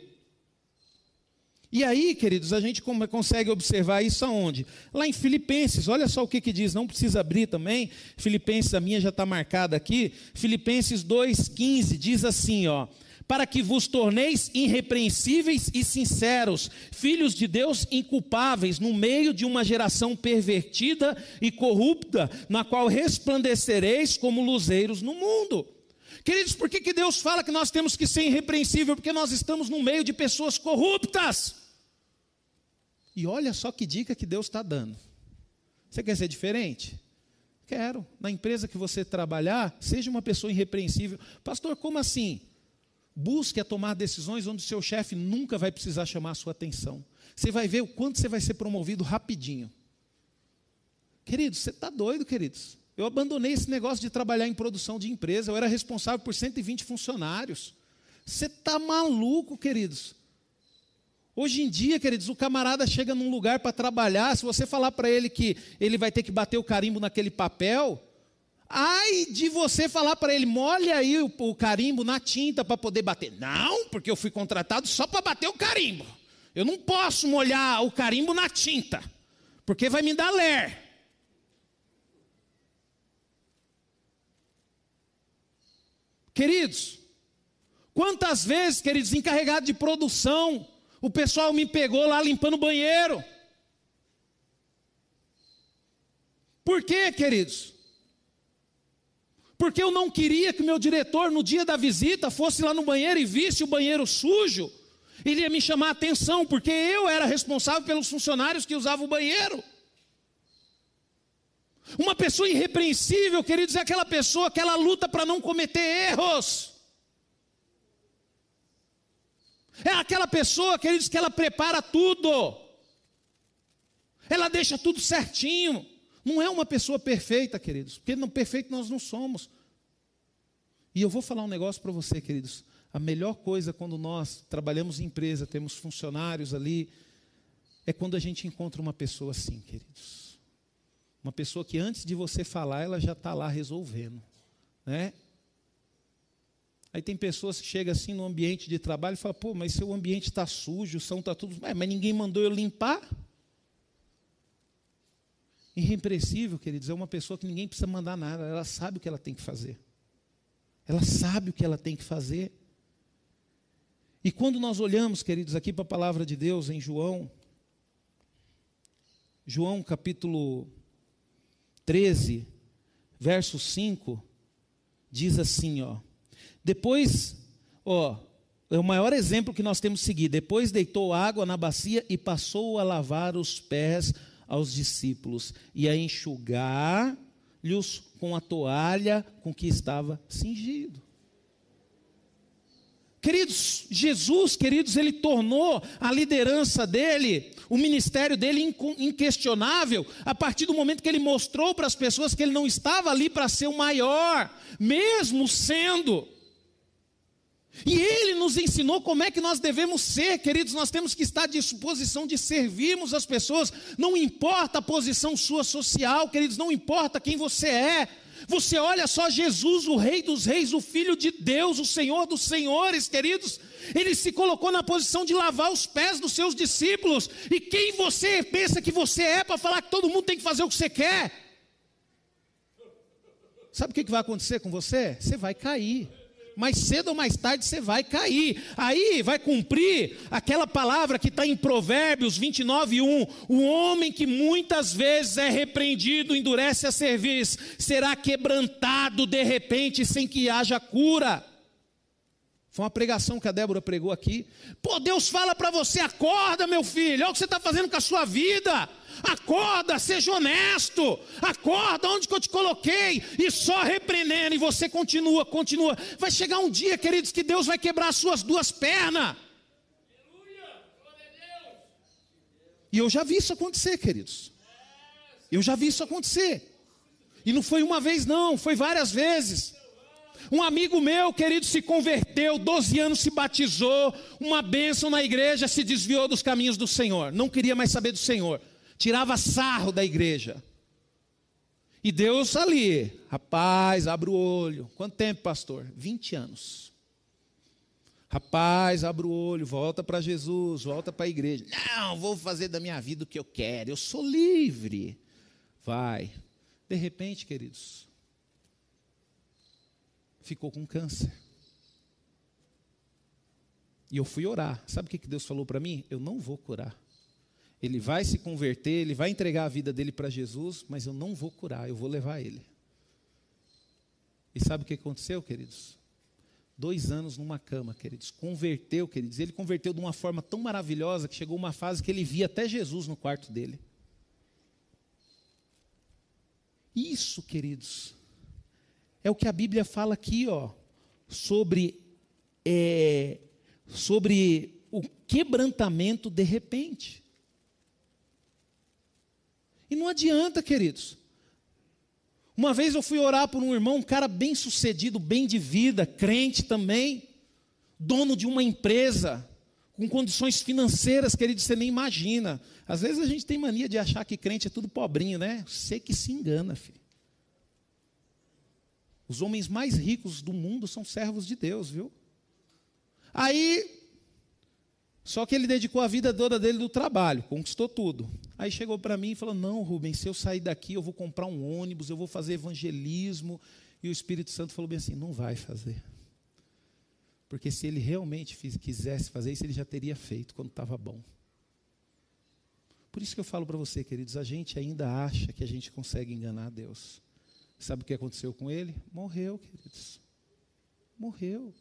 E aí, queridos, a gente consegue observar isso aonde? Lá em Filipenses, olha só o que diz, não precisa abrir também, Filipenses, a minha já está marcada aqui, Filipenses 2,15, diz assim, ó, para que vos torneis irrepreensíveis e sinceros, filhos de Deus inculpáveis, no meio de uma geração pervertida e corrupta, na qual resplandecereis como luzeiros no mundo. Queridos, por que Deus fala que nós temos que ser irrepreensível? Porque nós estamos no meio de pessoas corruptas. E olha só que dica que Deus está dando. Você quer ser diferente? Quero. Na empresa que você trabalhar, seja uma pessoa irrepreensível. Pastor, como assim? Busque a tomar decisões onde o seu chefe nunca vai precisar chamar a sua atenção. Você vai ver o quanto você vai ser promovido rapidinho. Queridos, você está doido, queridos? Eu abandonei esse negócio de trabalhar em produção de empresa. Eu era responsável por 120 funcionários. Você está maluco, queridos? Hoje em dia, queridos, o camarada chega num lugar para trabalhar, se você falar para ele que ele vai ter que bater o carimbo naquele papel, ai de você falar para ele, molha aí o carimbo na tinta para poder bater. Não, porque eu fui contratado só para bater o carimbo. Eu não posso molhar o carimbo na tinta, porque vai me dar ler. Queridos, quantas vezes, queridos, encarregado de produção, o pessoal me pegou lá limpando o banheiro. Por quê, queridos? Porque eu não queria que o meu diretor, no dia da visita, fosse lá no banheiro e visse o banheiro sujo. Ele ia me chamar a atenção, porque eu era responsável pelos funcionários que usavam o banheiro. Uma pessoa irrepreensível, queridos, é aquela pessoa que ela luta para não cometer erros. É aquela pessoa, queridos, que ela prepara tudo. Ela deixa tudo certinho. Não é uma pessoa perfeita, queridos, porque não, perfeito nós não somos. E eu vou falar um negócio para você, queridos. A melhor coisa quando nós trabalhamos em empresa, temos funcionários ali, é quando a gente encontra uma pessoa assim, queridos. Uma pessoa que antes de você falar, ela já está lá resolvendo, né? Aí tem pessoas que chegam assim no ambiente de trabalho e falam, pô, mas seu ambiente está sujo, o som está tudo... Mas ninguém mandou eu limpar. Irrepreensível, queridos, é uma pessoa que ninguém precisa mandar nada, ela sabe o que ela tem que fazer. Ela sabe o que ela tem que fazer. E quando nós olhamos, queridos, aqui para a palavra de Deus em João capítulo 13, verso 5, diz assim, ó. Depois, é o maior exemplo que nós temos que seguir. Depois deitou água na bacia e passou a lavar os pés aos discípulos e a enxugar-lhes com a toalha com que estava cingido. Queridos, Jesus, queridos, ele tornou a liderança dele, o ministério dele inquestionável, a partir do momento que ele mostrou para as pessoas que ele não estava ali para ser o maior, mesmo sendo. E ele nos ensinou como é que nós devemos ser, queridos. Nós temos que estar à disposição de servirmos as pessoas, não importa a posição sua social, queridos, não importa quem você é. Você olha só Jesus, o Rei dos Reis, o Filho de Deus, o Senhor dos Senhores, queridos. Ele se colocou na posição de lavar os pés dos seus discípulos. E quem você pensa que você é para falar que todo mundo tem que fazer o que você quer? Sabe o que vai acontecer com você? Você vai cair. Mais cedo ou mais tarde você vai cair. Aí vai cumprir aquela palavra que está em Provérbios 29:1. O homem que muitas vezes é repreendido, endurece a cerviz, será quebrantado de repente sem que haja cura. Foi uma pregação que a Débora pregou aqui. Pô, Deus fala para você: acorda, meu filho, olha o que você está fazendo com a sua vida. Acorda, seja honesto. Acorda, onde que eu te coloquei? E só repreendendo, e você continua. Vai chegar um dia, queridos, que Deus vai quebrar as suas duas pernas. E eu já vi isso acontecer, queridos. Eu já vi isso acontecer. E não foi uma vez não, foi várias vezes. Um amigo meu, querido, se converteu, 12 anos se batizou, uma bênção na igreja, se desviou dos caminhos do Senhor, não queria mais saber do Senhor, tirava sarro da igreja. E Deus ali: rapaz, abre o olho. Quanto tempo, pastor? 20 anos. Rapaz, abre o olho, volta para Jesus, volta para a igreja. Não, vou fazer da minha vida o que eu quero, eu sou livre. Vai. De repente, queridos, ficou com câncer. E eu fui orar. Sabe o que Deus falou para mim? Eu não vou curar. Ele vai se converter, ele vai entregar a vida dele para Jesus, mas eu não vou curar, eu vou levar ele. E sabe o que aconteceu, queridos? 2 anos numa cama, queridos. Converteu, queridos. Ele converteu de uma forma tão maravilhosa que chegou uma fase que ele via até Jesus no quarto dele. Isso, queridos, é o que a Bíblia fala aqui, ó, sobre o quebrantamento de repente. E não adianta, queridos. Uma vez eu fui orar por um irmão, um cara bem sucedido, bem de vida, crente também, dono de uma empresa, com condições financeiras, querido, você nem imagina. Às vezes a gente tem mania de achar que crente é tudo pobrinho, né? Você que se engana, filho. Os homens mais ricos do mundo são servos de Deus, viu? Aí, só que ele dedicou a vida toda dele do trabalho, conquistou tudo. Aí chegou para mim e falou: não, Rubens, se eu sair daqui eu vou comprar um ônibus, eu vou fazer evangelismo. E o Espírito Santo falou bem assim: não vai fazer. Porque se ele realmente quisesse fazer isso, ele já teria feito quando estava bom. Por isso que eu falo para você, queridos, a gente ainda acha que a gente consegue enganar Deus. Sabe o que aconteceu com ele? Morreu, queridos. Morreu.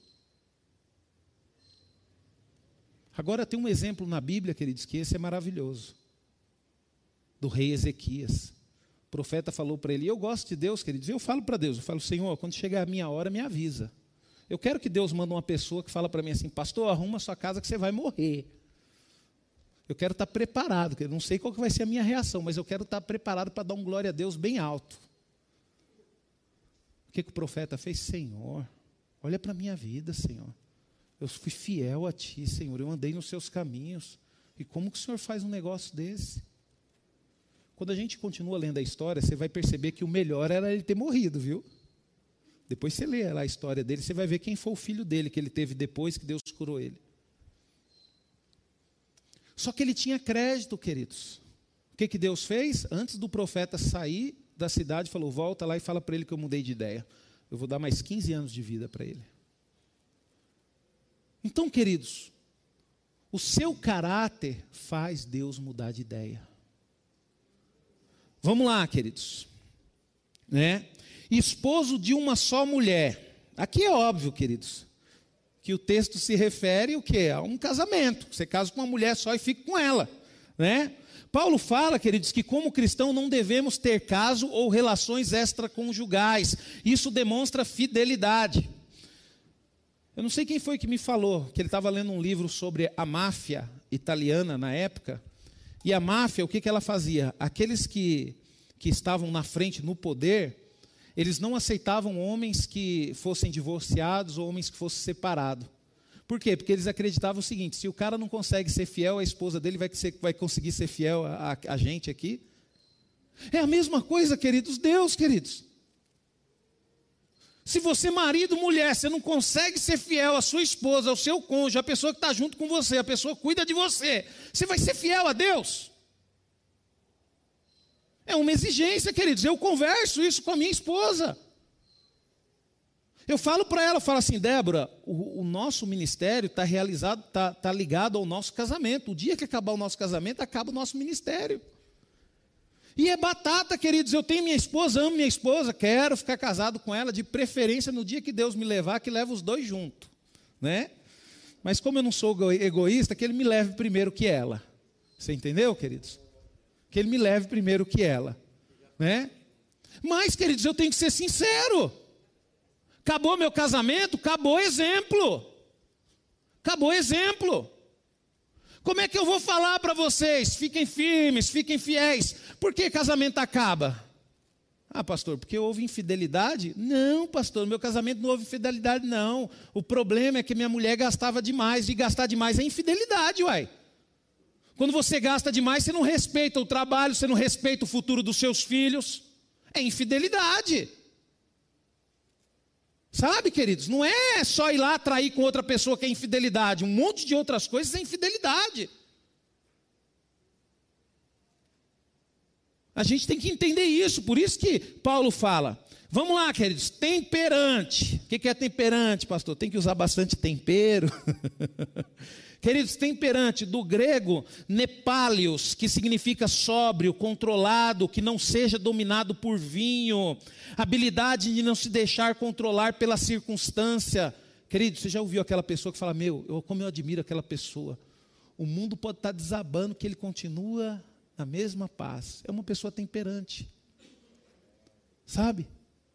Agora tem um exemplo na Bíblia, queridos, que esse é maravilhoso. Do rei Ezequias. O profeta falou para ele, e eu gosto de Deus, queridos, eu falo para Deus, eu falo: Senhor, quando chegar a minha hora, me avisa. Eu quero que Deus mande uma pessoa que fala para mim assim: pastor, arruma a sua casa que você vai morrer. Eu quero estar preparado, eu não sei qual que vai ser a minha reação, mas eu quero estar preparado para dar um glória a Deus bem alto. O que o profeta fez? Senhor, olha para a minha vida, Senhor. Eu fui fiel a Ti, Senhor, eu andei nos Seus caminhos. E como que o Senhor faz um negócio desse? Quando a gente continua lendo a história, você vai perceber que o melhor era ele ter morrido, viu? Depois você lê lá a história dele, você vai ver quem foi o filho dele que ele teve depois que Deus curou ele. Só que ele tinha crédito, queridos. O que Deus fez? Antes do profeta sair da cidade, falou: volta lá e fala para ele que eu mudei de ideia. Eu vou dar mais 15 anos de vida para ele. Então, queridos, o seu caráter faz Deus mudar de ideia. Vamos lá, queridos. Né? Esposo de uma só mulher. Aqui é óbvio, queridos, que o texto se refere o quê? A um casamento. Você casa com uma mulher só e fica com ela, né? Paulo fala, queridos, que como cristão não devemos ter caso ou relações extraconjugais. Isso demonstra fidelidade. Eu não sei quem foi que me falou, que ele estava lendo um livro sobre a máfia italiana na época, e a máfia, o que ela fazia? Aqueles que estavam na frente, no poder, eles não aceitavam homens que fossem divorciados ou homens que fossem separados. Por quê? Porque eles acreditavam o seguinte: se o cara não consegue ser fiel à esposa dele, vai conseguir ser fiel a gente aqui? É a mesma coisa, queridos, Deus, queridos. Se você, marido, mulher, você não consegue ser fiel à sua esposa, ao seu cônjuge, à pessoa que está junto com você, a pessoa que cuida de você, você vai ser fiel a Deus? É uma exigência, queridos. Eu converso isso com a minha esposa. Eu falo para ela, eu falo assim: Débora, o nosso ministério está realizado, está ligado ao nosso casamento. O dia que acabar o nosso casamento, acaba o nosso ministério. E é batata, queridos. Eu tenho minha esposa, amo minha esposa, quero ficar casado com ela, de preferência no dia que Deus me levar, que leva os dois juntos, né? Mas como eu não sou egoísta, que Ele me leve primeiro que ela. Você entendeu, queridos? Que Ele me leve primeiro que ela, né? Mas, queridos, eu tenho que ser sincero. Acabou meu casamento, acabou exemplo. Acabou exemplo. Como é que eu vou falar para vocês? Fiquem firmes, fiquem fiéis. Por que casamento acaba? Ah, pastor, porque houve infidelidade? Não, pastor, no meu casamento não houve infidelidade, não. O problema é que minha mulher gastava demais, e gastar demais é infidelidade, uai. Quando você gasta demais, você não respeita o trabalho, você não respeita o futuro dos seus filhos. É infidelidade. Sabe, queridos, não é só ir lá trair com outra pessoa que é infidelidade. Um monte de outras coisas é infidelidade. A gente tem que entender isso. Por isso que Paulo fala. Vamos lá, queridos, temperante. O que é temperante, pastor? Tem que usar bastante tempero. Queridos, temperante, do grego, nepalios, que significa sóbrio, controlado, que não seja dominado por vinho, habilidade de não se deixar controlar pela circunstância. Querido, você já ouviu aquela pessoa que fala: como eu admiro aquela pessoa, o mundo pode estar desabando, que ele continua na mesma paz. É uma pessoa temperante, sabe?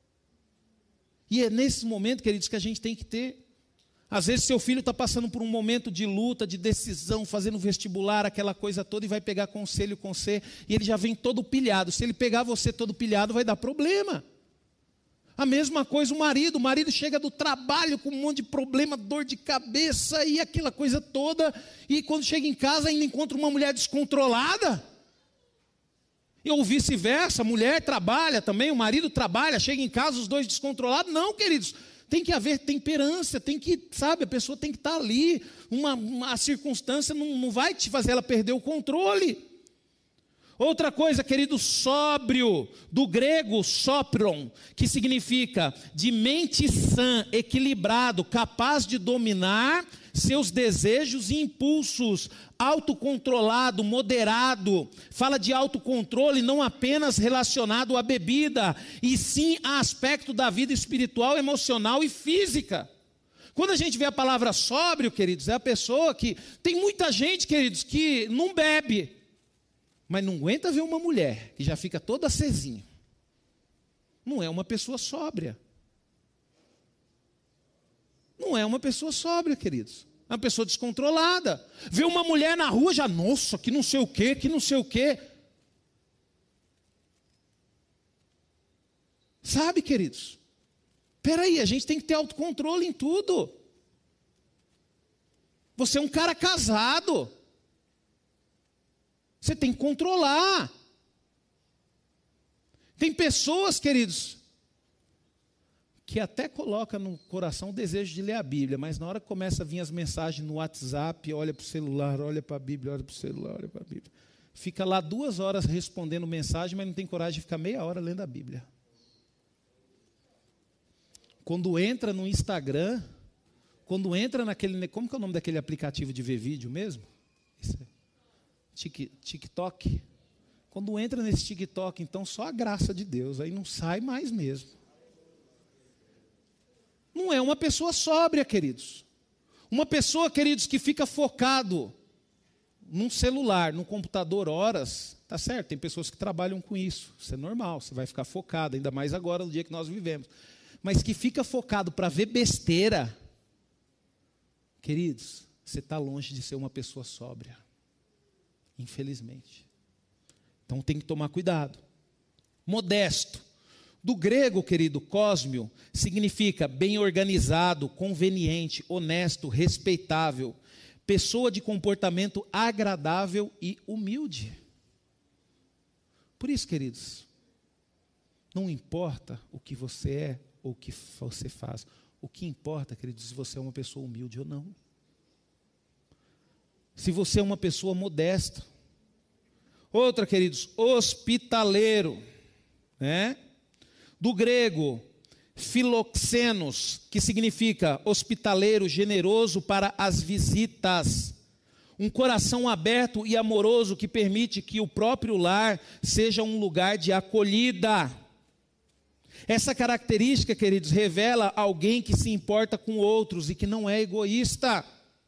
E é nesse momento, queridos, que a gente tem que ter. Às vezes seu filho está passando por um momento de luta, de decisão, fazendo vestibular, aquela coisa toda, e vai pegar conselho com você, e ele já vem todo pilhado. Se ele pegar você todo pilhado, vai dar problema. A mesma coisa o marido chega do trabalho com um monte de problema, dor de cabeça e aquela coisa toda, e quando chega em casa ainda encontra uma mulher descontrolada. Ou vice-versa, a mulher trabalha também, o marido trabalha, chega em casa os dois descontrolados. Não, queridos. Tem que haver temperança, tem que, sabe, a pessoa tem que estar ali, a circunstância não vai te fazer ela perder o controle. Outra coisa, querido, sóbrio, do grego sopron, que significa de mente sã, equilibrado, capaz de dominar seus desejos e impulsos, autocontrolado, moderado. Fala de autocontrole não apenas relacionado à bebida, e sim a aspecto da vida espiritual, emocional e física. Quando a gente vê a palavra sóbrio, queridos, é a pessoa que... Tem muita gente, queridos, que não bebe, mas não aguenta ver uma mulher que já fica toda acesinha. Não é uma pessoa sóbria. Não é uma pessoa sóbria, queridos. É uma pessoa descontrolada. Vê uma mulher na rua, já, nossa, que não sei o quê, que não sei o quê. Sabe, queridos? Espera aí, a gente tem que ter autocontrole em tudo. Você é um cara casado. Você tem que controlar. Tem pessoas, queridos, que até coloca no coração o desejo de ler a Bíblia, mas na hora que começa a vir as mensagens no WhatsApp, olha para o celular, olha para a Bíblia, olha para o celular, olha para a Bíblia. Fica lá 2 horas respondendo mensagem, mas não tem coragem de ficar meia hora lendo a Bíblia. Quando entra no Instagram, quando entra naquele... Como que é o nome daquele aplicativo de ver vídeo mesmo? TikTok. Quando entra nesse TikTok, então só a graça de Deus, aí não sai mais mesmo. Não é uma pessoa sóbria, queridos. Uma pessoa, queridos, que fica focado num celular, num computador horas, tá certo, tem pessoas que trabalham com isso é normal, você vai ficar focado, ainda mais agora no dia que nós vivemos. Mas que fica focado para ver besteira, Queridos, você está longe de ser uma pessoa sóbria, infelizmente. Então tem que tomar cuidado. Modesto. Do grego, querido, cosmio, significa bem organizado, conveniente, honesto, respeitável, pessoa de comportamento agradável e humilde. Por isso, queridos, não importa o que você é ou o que você faz. O que importa, queridos, se você é uma pessoa humilde ou não. Se você é uma pessoa modesta. Outra, queridos, hospitaleiro, né? Do grego, filoxenos, que significa hospitaleiro, generoso para as visitas. Um coração aberto e amoroso que permite que o próprio lar seja um lugar de acolhida. Essa característica, queridos, revela alguém que se importa com outros e que não é egoísta.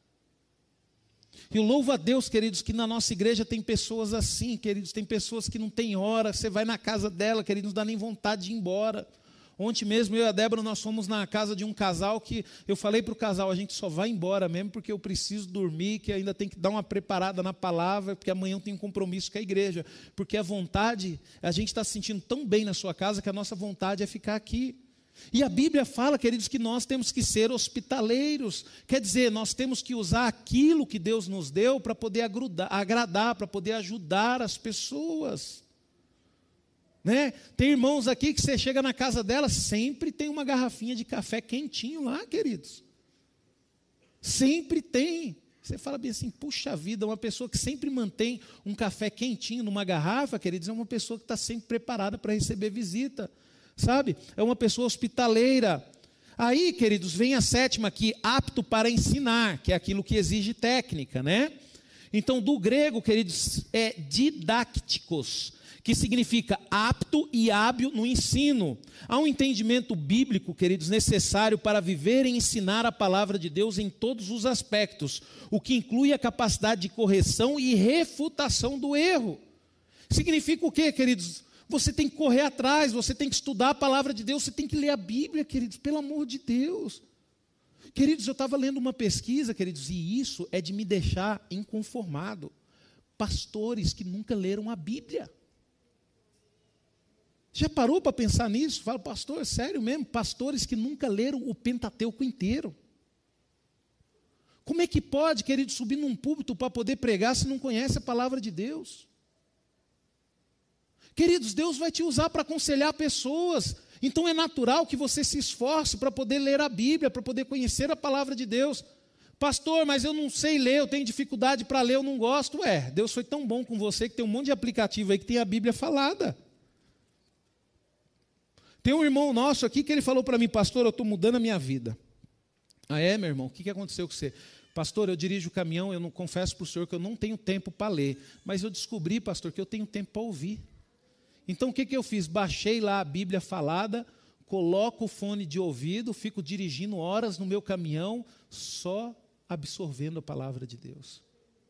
E eu louvo a Deus, queridos, que na nossa igreja tem pessoas assim, queridos, tem pessoas que não tem hora, você vai na casa dela, queridos, não dá nem vontade de ir embora. Ontem mesmo, eu e a Débora, nós fomos na casa de um casal que eu falei para o casal, a gente só vai embora mesmo porque eu preciso dormir, que ainda tem que dar uma preparada na palavra, porque amanhã eu tenho um compromisso com a igreja. Porque a vontade, a gente está se sentindo tão bem na sua casa que a nossa vontade é ficar aqui. E a Bíblia fala, queridos, que nós temos que ser hospitaleiros. Quer dizer, nós temos que usar aquilo que Deus nos deu para poder agradar, para poder ajudar as pessoas. Né? Tem irmãos aqui que você chega na casa dela, sempre tem uma garrafinha de café quentinho lá, queridos. Sempre tem. Você fala bem assim, puxa vida, uma pessoa que sempre mantém um café quentinho numa garrafa, queridos, é uma pessoa que está sempre preparada para receber visita. Sabe? É uma pessoa hospitaleira. Aí, queridos, vem a sétima aqui, apto para ensinar, que é aquilo que exige técnica, né? Então, do grego, queridos, é didácticos, que significa apto e hábil no ensino. Há um entendimento bíblico, queridos, necessário para viver e ensinar a palavra de Deus em todos os aspectos, o que inclui a capacidade de correção e refutação do erro. Significa o quê, queridos? Você tem que correr atrás, você tem que estudar a palavra de Deus, você tem que ler a Bíblia, queridos, pelo amor de Deus. Queridos, eu estava lendo uma pesquisa, queridos, e isso é de me deixar inconformado. Pastores que nunca leram a Bíblia. Já parou para pensar nisso? Fala, pastor, sério mesmo? Pastores que nunca leram o Pentateuco inteiro. Como é que pode, querido, subir num púlpito para poder pregar se não conhece a palavra de Deus? Queridos, Deus vai te usar para aconselhar pessoas. Então é natural que você se esforce para poder ler a Bíblia, para poder conhecer a palavra de Deus. Pastor, mas eu não sei ler, eu tenho dificuldade para ler, eu não gosto. Deus foi tão bom com você que tem um monte de aplicativo aí que tem a Bíblia falada. Tem um irmão nosso aqui que ele falou para mim, pastor, eu estou mudando a minha vida. Ah, é, meu irmão? O que aconteceu com você? Pastor, eu dirijo o caminhão, eu não confesso para o senhor que eu não tenho tempo para ler. Mas eu descobri, pastor, que eu tenho tempo para ouvir. Então, o que eu fiz? Baixei lá a Bíblia falada, coloco o fone de ouvido, fico dirigindo horas no meu caminhão, só absorvendo a palavra de Deus.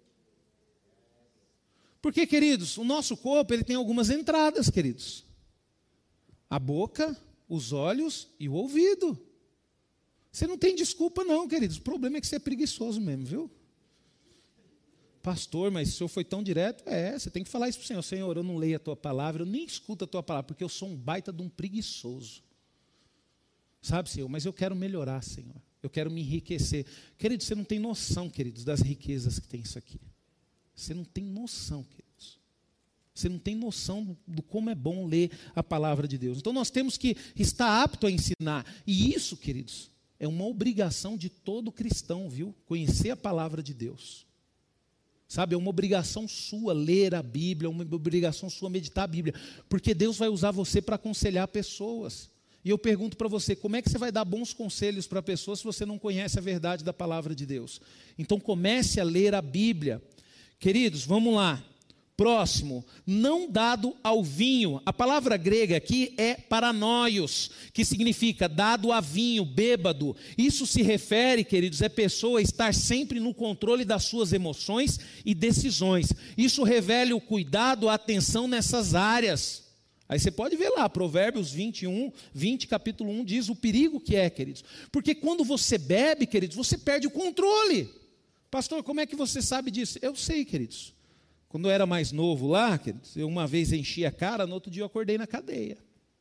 Porque, queridos, o nosso corpo ele tem algumas entradas, queridos. A boca, os olhos e o ouvido. Você não tem desculpa não, queridos. O problema é que você é preguiçoso mesmo, viu? Pastor, mas o senhor foi tão direto? Você tem que falar isso para o Senhor. Senhor, eu não leio a tua palavra, eu nem escuto a tua palavra, porque eu sou um baita de um preguiçoso. Sabe, Senhor, mas eu quero melhorar, Senhor. Eu quero me enriquecer. Queridos, você não tem noção, queridos, das riquezas que tem isso aqui. Você não tem noção, queridos. Você não tem noção do como é bom ler a palavra de Deus. Então nós temos que estar apto a ensinar. E isso, queridos, é uma obrigação de todo cristão, viu? Conhecer a palavra de Deus. Sabe, é uma obrigação sua ler a Bíblia, é uma obrigação sua meditar a Bíblia, porque Deus vai usar você para aconselhar pessoas. E eu pergunto para você, como é que você vai dar bons conselhos para pessoas se você não conhece a verdade da palavra de Deus? Então comece a ler a Bíblia. Queridos, vamos lá. Próximo, não dado ao vinho. A palavra grega aqui é paranoios, que significa dado a vinho, bêbado. Isso se refere, queridos, é pessoa estar sempre no controle das suas emoções e decisões. Isso revela o cuidado, a atenção nessas áreas. Aí você pode ver lá, Provérbios 20, capítulo 1, diz o perigo que é, queridos. Porque quando você bebe, queridos, você perde o controle. Pastor, como é que você sabe disso? Eu sei, queridos. Quando eu era mais novo lá, queridos, eu uma vez enchi a cara, no outro dia eu acordei na cadeia.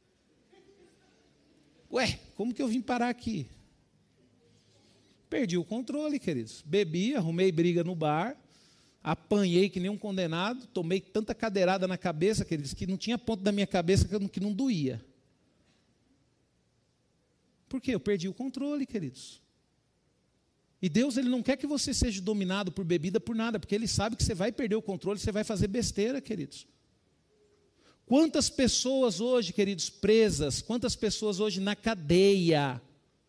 Ué, como que eu vim parar aqui? Perdi o controle, queridos. Bebi, arrumei briga no bar, apanhei que nem um condenado, tomei tanta cadeirada na cabeça, queridos, que não tinha ponto da minha cabeça que não doía. Por quê? Eu perdi o controle, queridos. E Deus, Ele não quer que você seja dominado por bebida, por nada, porque Ele sabe que você vai perder o controle, você vai fazer besteira, queridos. Quantas pessoas hoje, queridos, presas, quantas pessoas hoje na cadeia,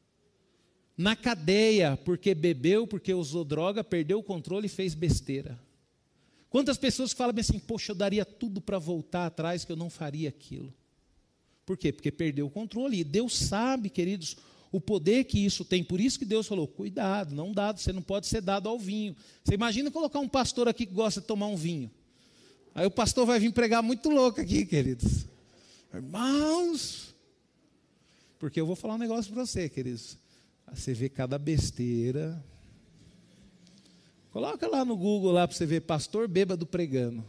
porque bebeu, porque usou droga, perdeu o controle e fez besteira. Quantas pessoas falam assim, poxa, eu daria tudo para voltar atrás, que eu não faria aquilo. Por quê? Porque perdeu o controle. E Deus sabe, queridos, o poder que isso tem. Por isso que Deus falou, cuidado, você não pode ser dado ao vinho. Você imagina colocar um pastor aqui que gosta de tomar um vinho. Aí o pastor vai vir pregar muito louco aqui, queridos. Irmãos, porque eu vou falar um negócio para você, queridos. Você vê cada besteira. Coloca lá no Google lá para você ver pastor bêbado pregando.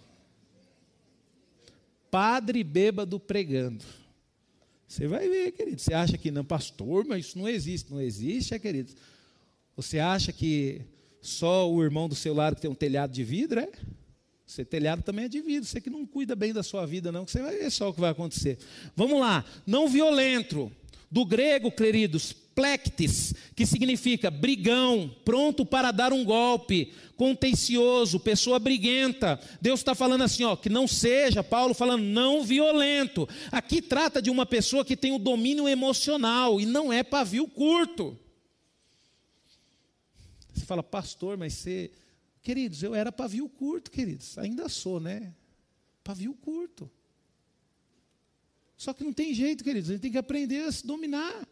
Padre bêbado pregando. Você vai ver, querido. Você acha que não, pastor, mas isso não existe. Não existe, querido. Você acha que só o irmão do seu lado que tem um telhado de vidro, é? Você telhado também é de vidro. Você que não cuida bem da sua vida, não, que você vai ver só o que vai acontecer. Vamos lá. Não violento. Do grego, queridos, plectis, que significa brigão, pronto para dar um golpe, contencioso, pessoa briguenta. Deus está falando assim, ó, que não seja, Paulo falando, não violento. Aqui trata de uma pessoa que tem o domínio emocional e não é pavio curto. Você fala, pastor, mas você... Queridos, eu era pavio curto, queridos, ainda sou, né? Pavio curto. Só que não tem jeito, queridos, a gente tem que aprender a se dominar.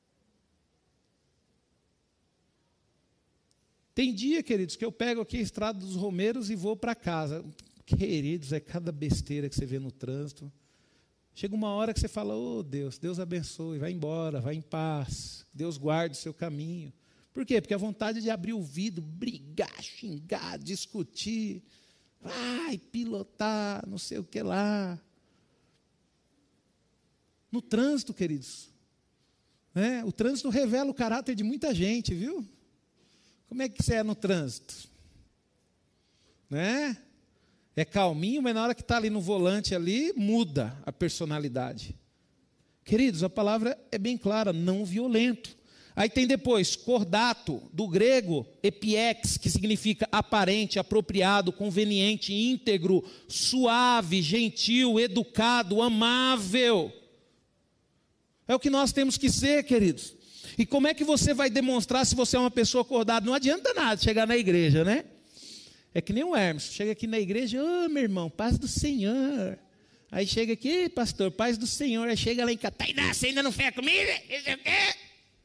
Tem dia, queridos, que eu pego aqui a Estrada dos Romeiros e vou para casa. Queridos, é cada besteira que você vê no trânsito. Chega uma hora que você fala, oh Deus, Deus abençoe, vai embora, vai em paz. Deus guarde o seu caminho. Por quê? Porque a vontade de abrir o vidro, brigar, xingar, discutir, vai pilotar, não sei o que lá. No trânsito, queridos, né? O trânsito revela o caráter de muita gente, viu? Como é que você é no trânsito? Né? É calminho, mas na hora que está ali no volante, ali, muda a personalidade. Queridos, a palavra é bem clara, não violento. Aí tem depois, cordato, do grego, epiex, que significa aparente, apropriado, conveniente, íntegro, suave, gentil, educado, amável. É o que nós temos que ser, queridos. E como é que você vai demonstrar se você é uma pessoa acordada? Não adianta nada chegar na igreja, né? É que nem o Hermes, chega aqui na igreja, ô meu irmão, paz do Senhor. Aí chega aqui, pastor, paz do Senhor. Aí chega lá em casa, Tainá, você ainda não fez a comida? Isso é o quê?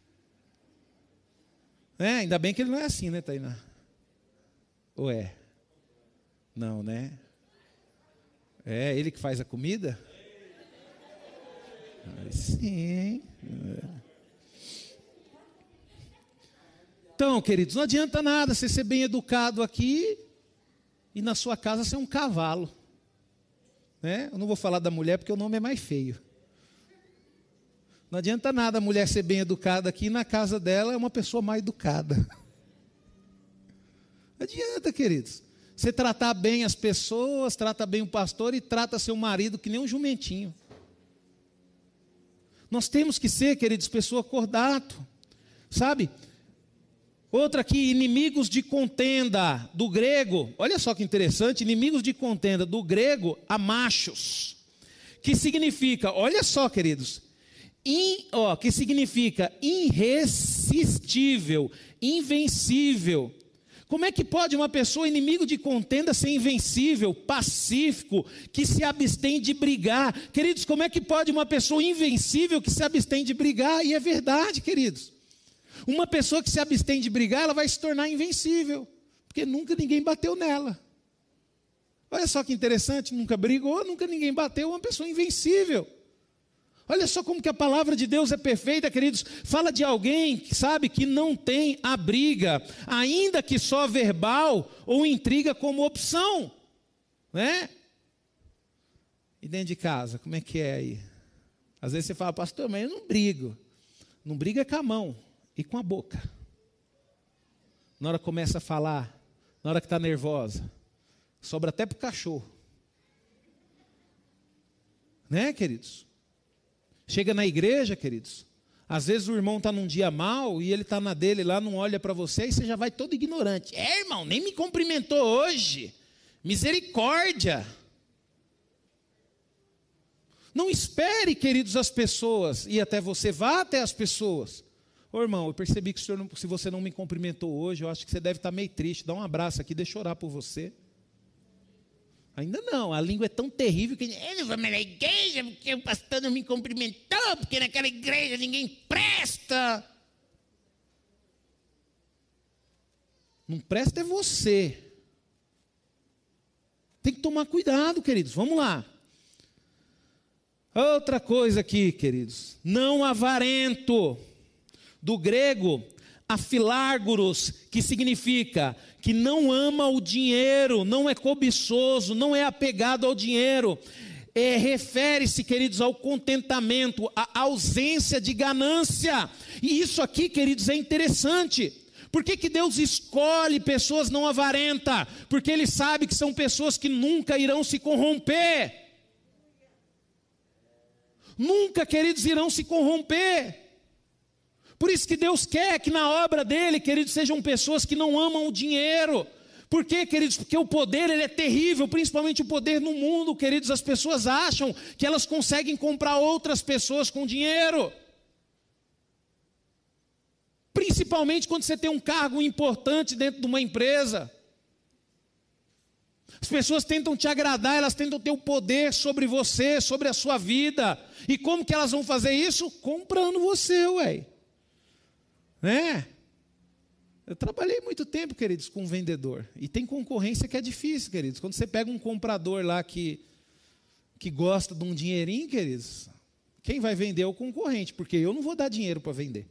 É, ainda bem que ele não é assim, né, Tainá? Ou é? Não, né? É ele que faz a comida? Sim. Então, queridos, não adianta nada você ser bem educado aqui e na sua casa ser um cavalo. Né? Eu não vou falar da mulher porque o nome é mais feio. Não adianta nada a mulher ser bem educada aqui e na casa dela é uma pessoa mal educada. Não adianta, queridos. Você tratar bem as pessoas, trata bem o pastor e trata seu marido que nem um jumentinho. Nós temos que ser, queridos, pessoa cordato. Sabe? Outra aqui, inimigos de contenda, do grego. Olha só que interessante, inimigos de contenda, do grego, amachos. Que significa, olha só, queridos, que significa irresistível, invencível. Como é que pode uma pessoa inimigo de contenda ser invencível, pacífico, que se abstém de brigar? Queridos, como é que pode uma pessoa invencível que se abstém de brigar? E é verdade, queridos. Uma pessoa que se abstém de brigar, ela vai se tornar invencível, porque nunca ninguém bateu nela. Olha só que interessante, nunca brigou, nunca ninguém bateu, uma pessoa invencível. Olha só como que a palavra de Deus é perfeita, queridos. Fala de alguém que sabe que não tem a briga, ainda que só verbal ou intriga como opção, né? E dentro de casa, como é que é aí? Às vezes você fala, pastor, mas eu não brigo. Não briga com a mão e com a boca. Na hora que começa a falar, na hora que está nervosa, sobra até para o cachorro. Né, queridos? Chega na igreja, queridos, às vezes o irmão está num dia mal e ele está na dele lá, não olha para você e você já vai todo ignorante. Irmão, nem me cumprimentou hoje. Misericórdia. Não espere, queridos, as pessoas ir até você, vá até as pessoas. Ô irmão, eu percebi que o senhor não, se você não me cumprimentou hoje, eu acho que você deve estar meio triste. Dá um abraço aqui, deixa eu orar por você. Ainda não, a língua é tão terrível que eu não vou mais na igreja porque o pastor não me cumprimentou, porque naquela igreja ninguém presta. Não presta é você. Tem que tomar cuidado, queridos, vamos lá. Outra coisa aqui, queridos, não avarento, do grego afilárguros, que significa que não ama o dinheiro, não é cobiçoso, não é apegado ao dinheiro. Refere-se, queridos, ao contentamento, à ausência de ganância. E isso aqui, queridos, é interessante. Por que Deus escolhe pessoas não avarentas? Porque Ele sabe que são pessoas que nunca irão se corromper. Nunca, queridos, irão se corromper. Por isso que Deus quer que na obra dele, queridos, sejam pessoas que não amam o dinheiro. Por quê, queridos? Porque o poder ele é terrível, principalmente o poder no mundo, queridos. As pessoas acham que elas conseguem comprar outras pessoas com dinheiro. Principalmente quando você tem um cargo importante dentro de uma empresa. As pessoas tentam te agradar, elas tentam ter o poder sobre você, sobre a sua vida. E como que elas vão fazer isso? Comprando você, ué. Né? Eu trabalhei muito tempo, queridos, com um vendedor. E tem concorrência que é difícil, queridos. Quando você pega um comprador lá que gosta de um dinheirinho, queridos, quem vai vender é o concorrente, porque eu não vou dar dinheiro para vender.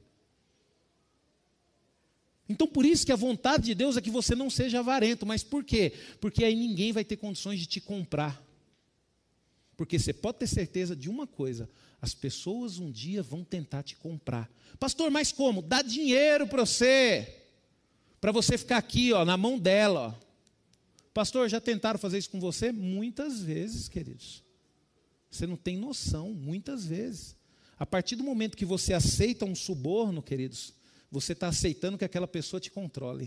Então, por isso que a vontade de Deus é que você não seja avarento. Mas por quê? Porque aí ninguém vai ter condições de te comprar. Porque você pode ter certeza de uma coisa: as pessoas um dia vão tentar te comprar. Pastor, mas como? Dá dinheiro para você ficar aqui, ó, na mão dela. Ó. Pastor, já tentaram fazer isso com você? Muitas vezes, queridos. Você não tem noção, muitas vezes. A partir do momento que você aceita um suborno, queridos, você está aceitando que aquela pessoa te controle.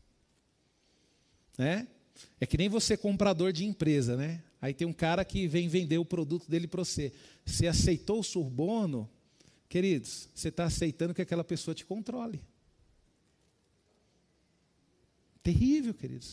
Né? É que nem você comprador de empresa, né? Aí tem um cara que vem vender o produto dele para você. Você aceitou o suborno, queridos, você está aceitando que aquela pessoa te controle. Terrível, queridos.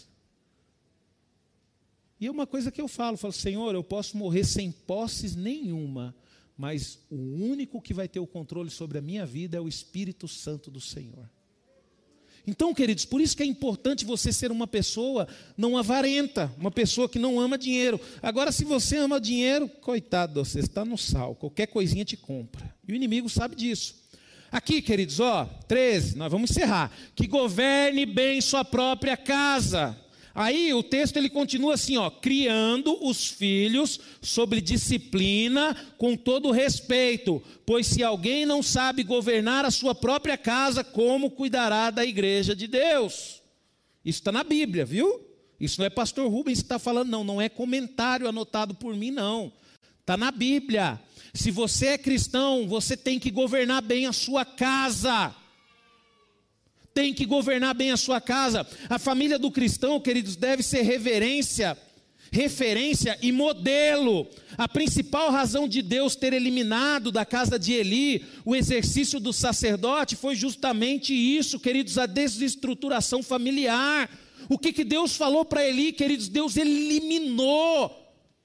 E é uma coisa que eu falo, Senhor, eu posso morrer sem posses nenhuma, mas o único que vai ter o controle sobre a minha vida é o Espírito Santo do Senhor. Então, queridos, por isso que é importante você ser uma pessoa não avarenta, uma pessoa que não ama dinheiro. Agora, se você ama dinheiro, coitado de você, está no sal, qualquer coisinha te compra. E o inimigo sabe disso. Aqui, queridos, 13, nós vamos encerrar. Que governe bem sua própria casa. Aí o texto ele continua assim, criando os filhos sobre disciplina com todo respeito, pois se alguém não sabe governar a sua própria casa, como cuidará da igreja de Deus? Isso está na Bíblia, viu? Isso não é pastor Rubens que está falando, não é comentário anotado por mim, não. Está na Bíblia. Se você é cristão, você tem que governar bem a sua casa. Tem que governar bem a sua casa. A família do cristão, queridos, deve ser referência e modelo. A principal razão de Deus ter eliminado da casa de Eli o exercício do sacerdote foi justamente isso, queridos, a desestruturação familiar. O que Deus falou para Eli, queridos? Deus eliminou,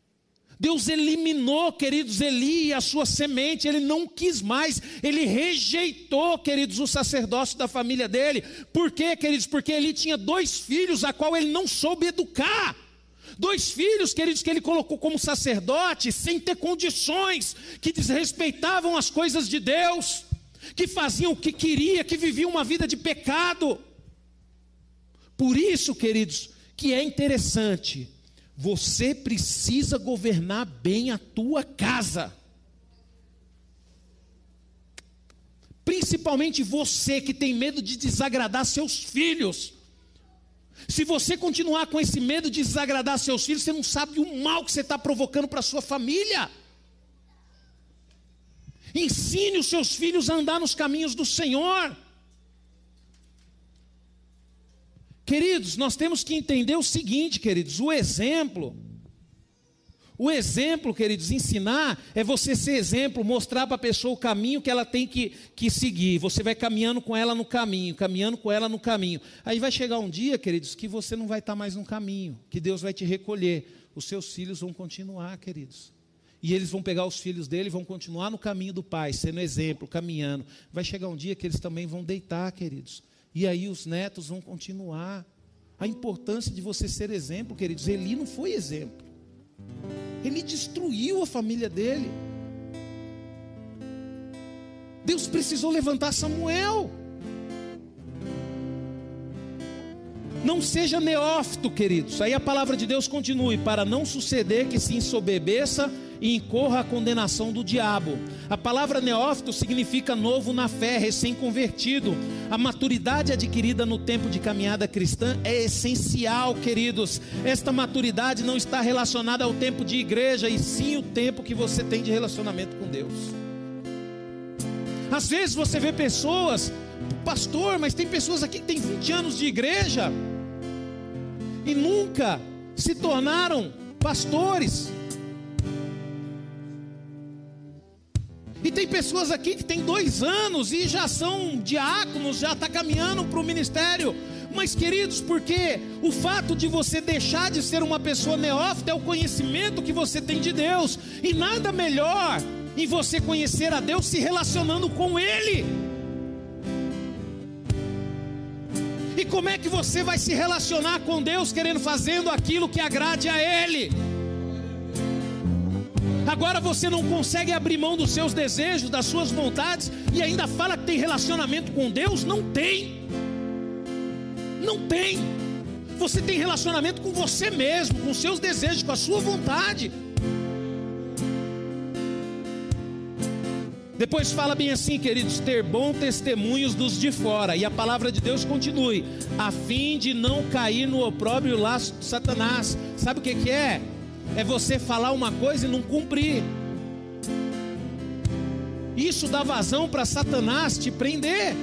queridos, Eli e a sua semente. Ele não quis mais, ele rejeitou, queridos, o sacerdócio da família dele. Por quê, queridos? Porque Eli tinha 2 filhos a qual ele não soube educar. 2 filhos, queridos, que ele colocou como sacerdotes, sem ter condições, que desrespeitavam as coisas de Deus, que faziam o que queria, que viviam uma vida de pecado. Por isso, queridos, que é interessante, você precisa governar bem a tua casa. Principalmente você que tem medo de desagradar seus filhos. Se você continuar com esse medo de desagradar seus filhos, você não sabe o mal que você está provocando para a sua família. Ensine os seus filhos a andar nos caminhos do Senhor. Queridos, nós temos que entender o seguinte, queridos, o exemplo, queridos, ensinar é você ser exemplo, mostrar para a pessoa o caminho que ela tem que seguir. Você vai caminhando com ela no caminho, Aí vai chegar um dia, queridos, que você não vai estar mais no caminho, que Deus vai te recolher. Os seus filhos vão continuar, queridos. E eles vão pegar os filhos dele e vão continuar no caminho do Pai, sendo exemplo, caminhando. Vai chegar um dia que eles também vão deitar, queridos. E aí os netos vão continuar. A importância de você ser exemplo, queridos. Eli não foi exemplo. Ele destruiu a família dele. Deus precisou levantar Samuel. Não seja neófito, queridos. Aí a palavra de Deus continue: para não suceder que se ensoberbeça e incorra a condenação do diabo. A palavra neófito significa novo na fé, recém-convertido. A maturidade adquirida no tempo de caminhada cristã é essencial, queridos. Esta maturidade não está relacionada ao tempo de igreja, e sim o tempo que você tem de relacionamento com Deus. Às vezes você vê pessoas, pastor, mas tem pessoas aqui que têm 20 anos de igreja e nunca se tornaram pastores. E tem pessoas aqui que têm 2 anos e já são diáconos, já está caminhando para o ministério. Mas, queridos, porque o fato de você deixar de ser uma pessoa neófita é o conhecimento que você tem de Deus. E nada melhor em você conhecer a Deus se relacionando com Ele. E como é que você vai se relacionar com Deus fazendo aquilo que agrade a Ele? Agora você não consegue abrir mão dos seus desejos, das suas vontades, e ainda fala que tem relacionamento com Deus? Não tem. Não tem. Você tem relacionamento com você mesmo, com os seus desejos, com a sua vontade. Depois fala bem assim, queridos: ter bom testemunhos dos de fora. E a palavra de Deus continue: a fim de não cair no opróbrio laço de Satanás. Sabe o que é? É você falar uma coisa e não cumprir. Isso dá vazão para Satanás te prender.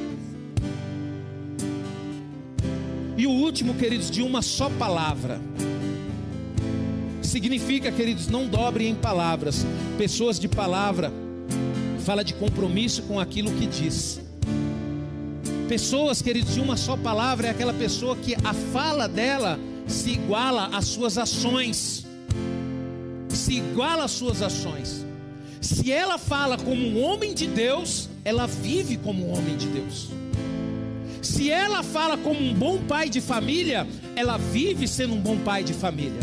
E o último, queridos, de uma só palavra. Significa, queridos, não dobre em palavras. Pessoas de palavra fala de compromisso com aquilo que diz. Pessoas, queridos, de uma só palavra é aquela pessoa que a fala dela se iguala às suas ações. Se iguala às suas ações. Se ela fala como um homem de Deus, ela vive como um homem de Deus. Se ela fala como um bom pai de família, ela vive sendo um bom pai de família.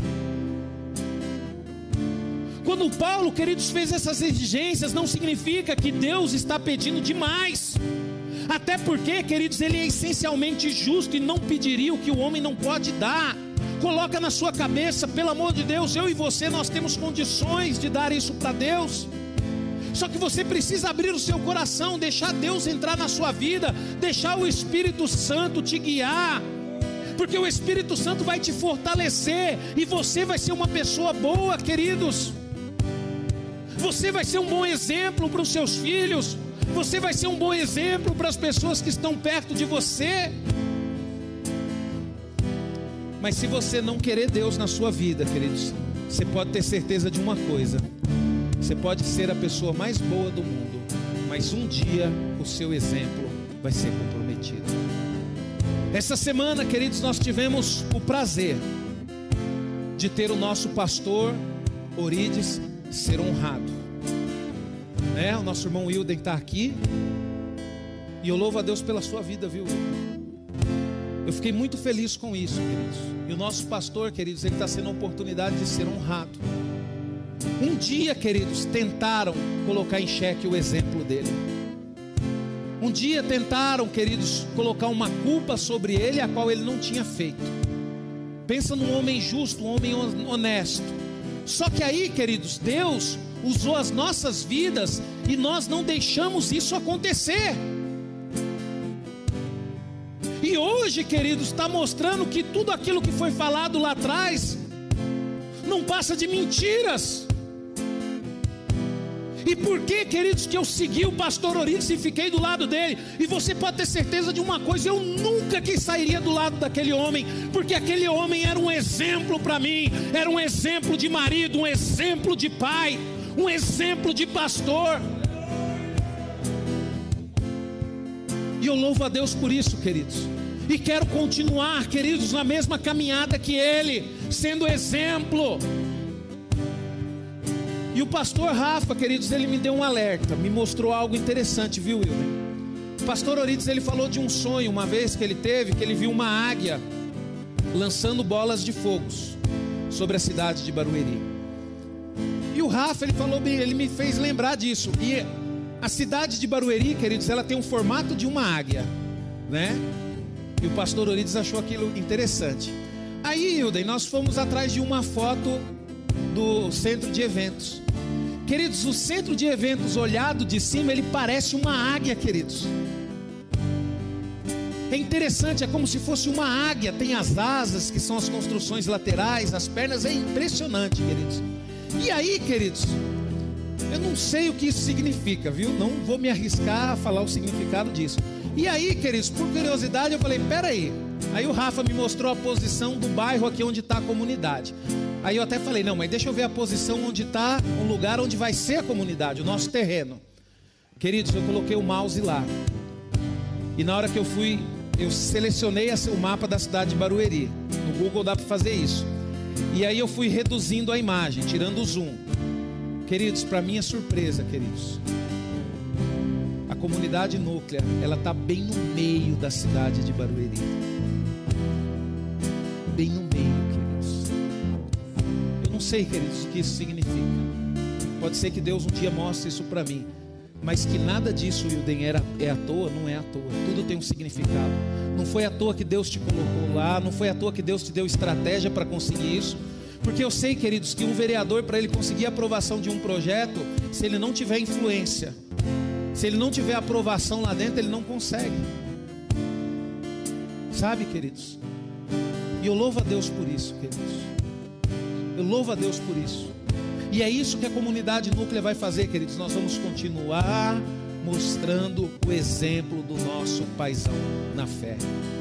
Quando Paulo, queridos, fez essas exigências, não significa que Deus está pedindo demais. Até porque, queridos, ele é essencialmente justo e não pediria o que o homem não pode dar. Coloca na sua cabeça, pelo amor de Deus, eu e você, nós temos condições de dar isso para Deus. Só que você precisa abrir o seu coração, deixar Deus entrar na sua vida, deixar o Espírito Santo te guiar, porque o Espírito Santo vai te fortalecer e você vai ser uma pessoa boa, queridos. Você vai ser um bom exemplo para os seus filhos, você vai ser um bom exemplo para as pessoas que estão perto de você. Mas se você não querer Deus na sua vida, queridos, você pode ter certeza de uma coisa: você pode ser a pessoa mais boa do mundo, mas um dia o seu exemplo vai ser comprometido. Essa semana, queridos, nós tivemos o prazer de ter o nosso pastor Orides ser honrado, né? O nosso irmão Wilden está aqui, e eu louvo a Deus pela sua vida, viu? Eu fiquei muito feliz com isso, queridos. E o nosso pastor, queridos, ele está sendo a oportunidade de ser honrado. Um dia, queridos, tentaram colocar em xeque o exemplo dele. Um dia tentaram, queridos, colocar uma culpa sobre ele, a qual ele não tinha feito. Pensa num homem justo, um homem honesto. Só que aí, queridos, Deus usou as nossas vidas e nós não deixamos isso acontecer. E hoje, queridos, está mostrando que tudo aquilo que foi falado lá atrás não passa de mentiras. E por que, queridos, que eu segui o pastor Orides e fiquei do lado dele? E você pode ter certeza de uma coisa: eu nunca que sairia do lado daquele homem, porque aquele homem era um exemplo para mim, era um exemplo de marido, um exemplo de pai, um exemplo de pastor. E eu louvo a Deus por isso, queridos. E quero continuar, queridos, na mesma caminhada que ele, sendo exemplo. E o pastor Rafa, queridos, ele me deu um alerta, me mostrou algo interessante, viu, Wilder? O pastor Orides, ele falou de um sonho uma vez que ele teve, que ele viu uma águia lançando bolas de fogos sobre a cidade de Barueri. E o Rafa, ele falou, ele me fez lembrar disso. E a cidade de Barueri, queridos, ela tem um formato de uma águia, né? E o pastor Orides achou aquilo interessante. Aí, Wilder, nós fomos atrás de uma foto do centro de eventos. Queridos, o centro de eventos olhado de cima, ele parece uma águia, queridos. É interessante, é como se fosse uma águia. Tem as asas, que são as construções laterais, as pernas, é impressionante, queridos. E aí, queridos, eu não sei o que isso significa, viu? Não vou me arriscar a falar o significado disso. E aí, queridos, por curiosidade, eu falei, peraí. Aí o Rafa me mostrou a posição do bairro aqui onde está a comunidade. Aí eu até falei, não, mas deixa eu ver a posição onde está um lugar onde vai ser a comunidade, o nosso terreno. Queridos, eu coloquei o mouse lá. E na hora que eu fui, eu selecionei o mapa da cidade de Barueri. No Google dá para fazer isso. E aí eu fui reduzindo a imagem, tirando o zoom. Queridos, para minha surpresa, queridos, a comunidade núclea, ela está bem no meio da cidade de Barueri. Bem no meio, queridos. Eu não sei, queridos, o que isso significa. Pode ser que Deus um dia mostre isso para mim. Mas que nada disso, Wilden, é à toa, não é à toa. Tudo tem um significado. Não foi à toa que Deus te colocou lá. Não foi à toa que Deus te deu estratégia para conseguir isso. Porque eu sei, queridos, que um vereador, para ele conseguir a aprovação de um projeto, se ele não tiver influência, se ele não tiver aprovação lá dentro, ele não consegue. Sabe, queridos? E eu louvo a Deus por isso, queridos. Eu louvo a Deus por isso. E é isso que a comunidade núclea vai fazer, queridos. Nós vamos continuar mostrando o exemplo do nosso paizão na fé.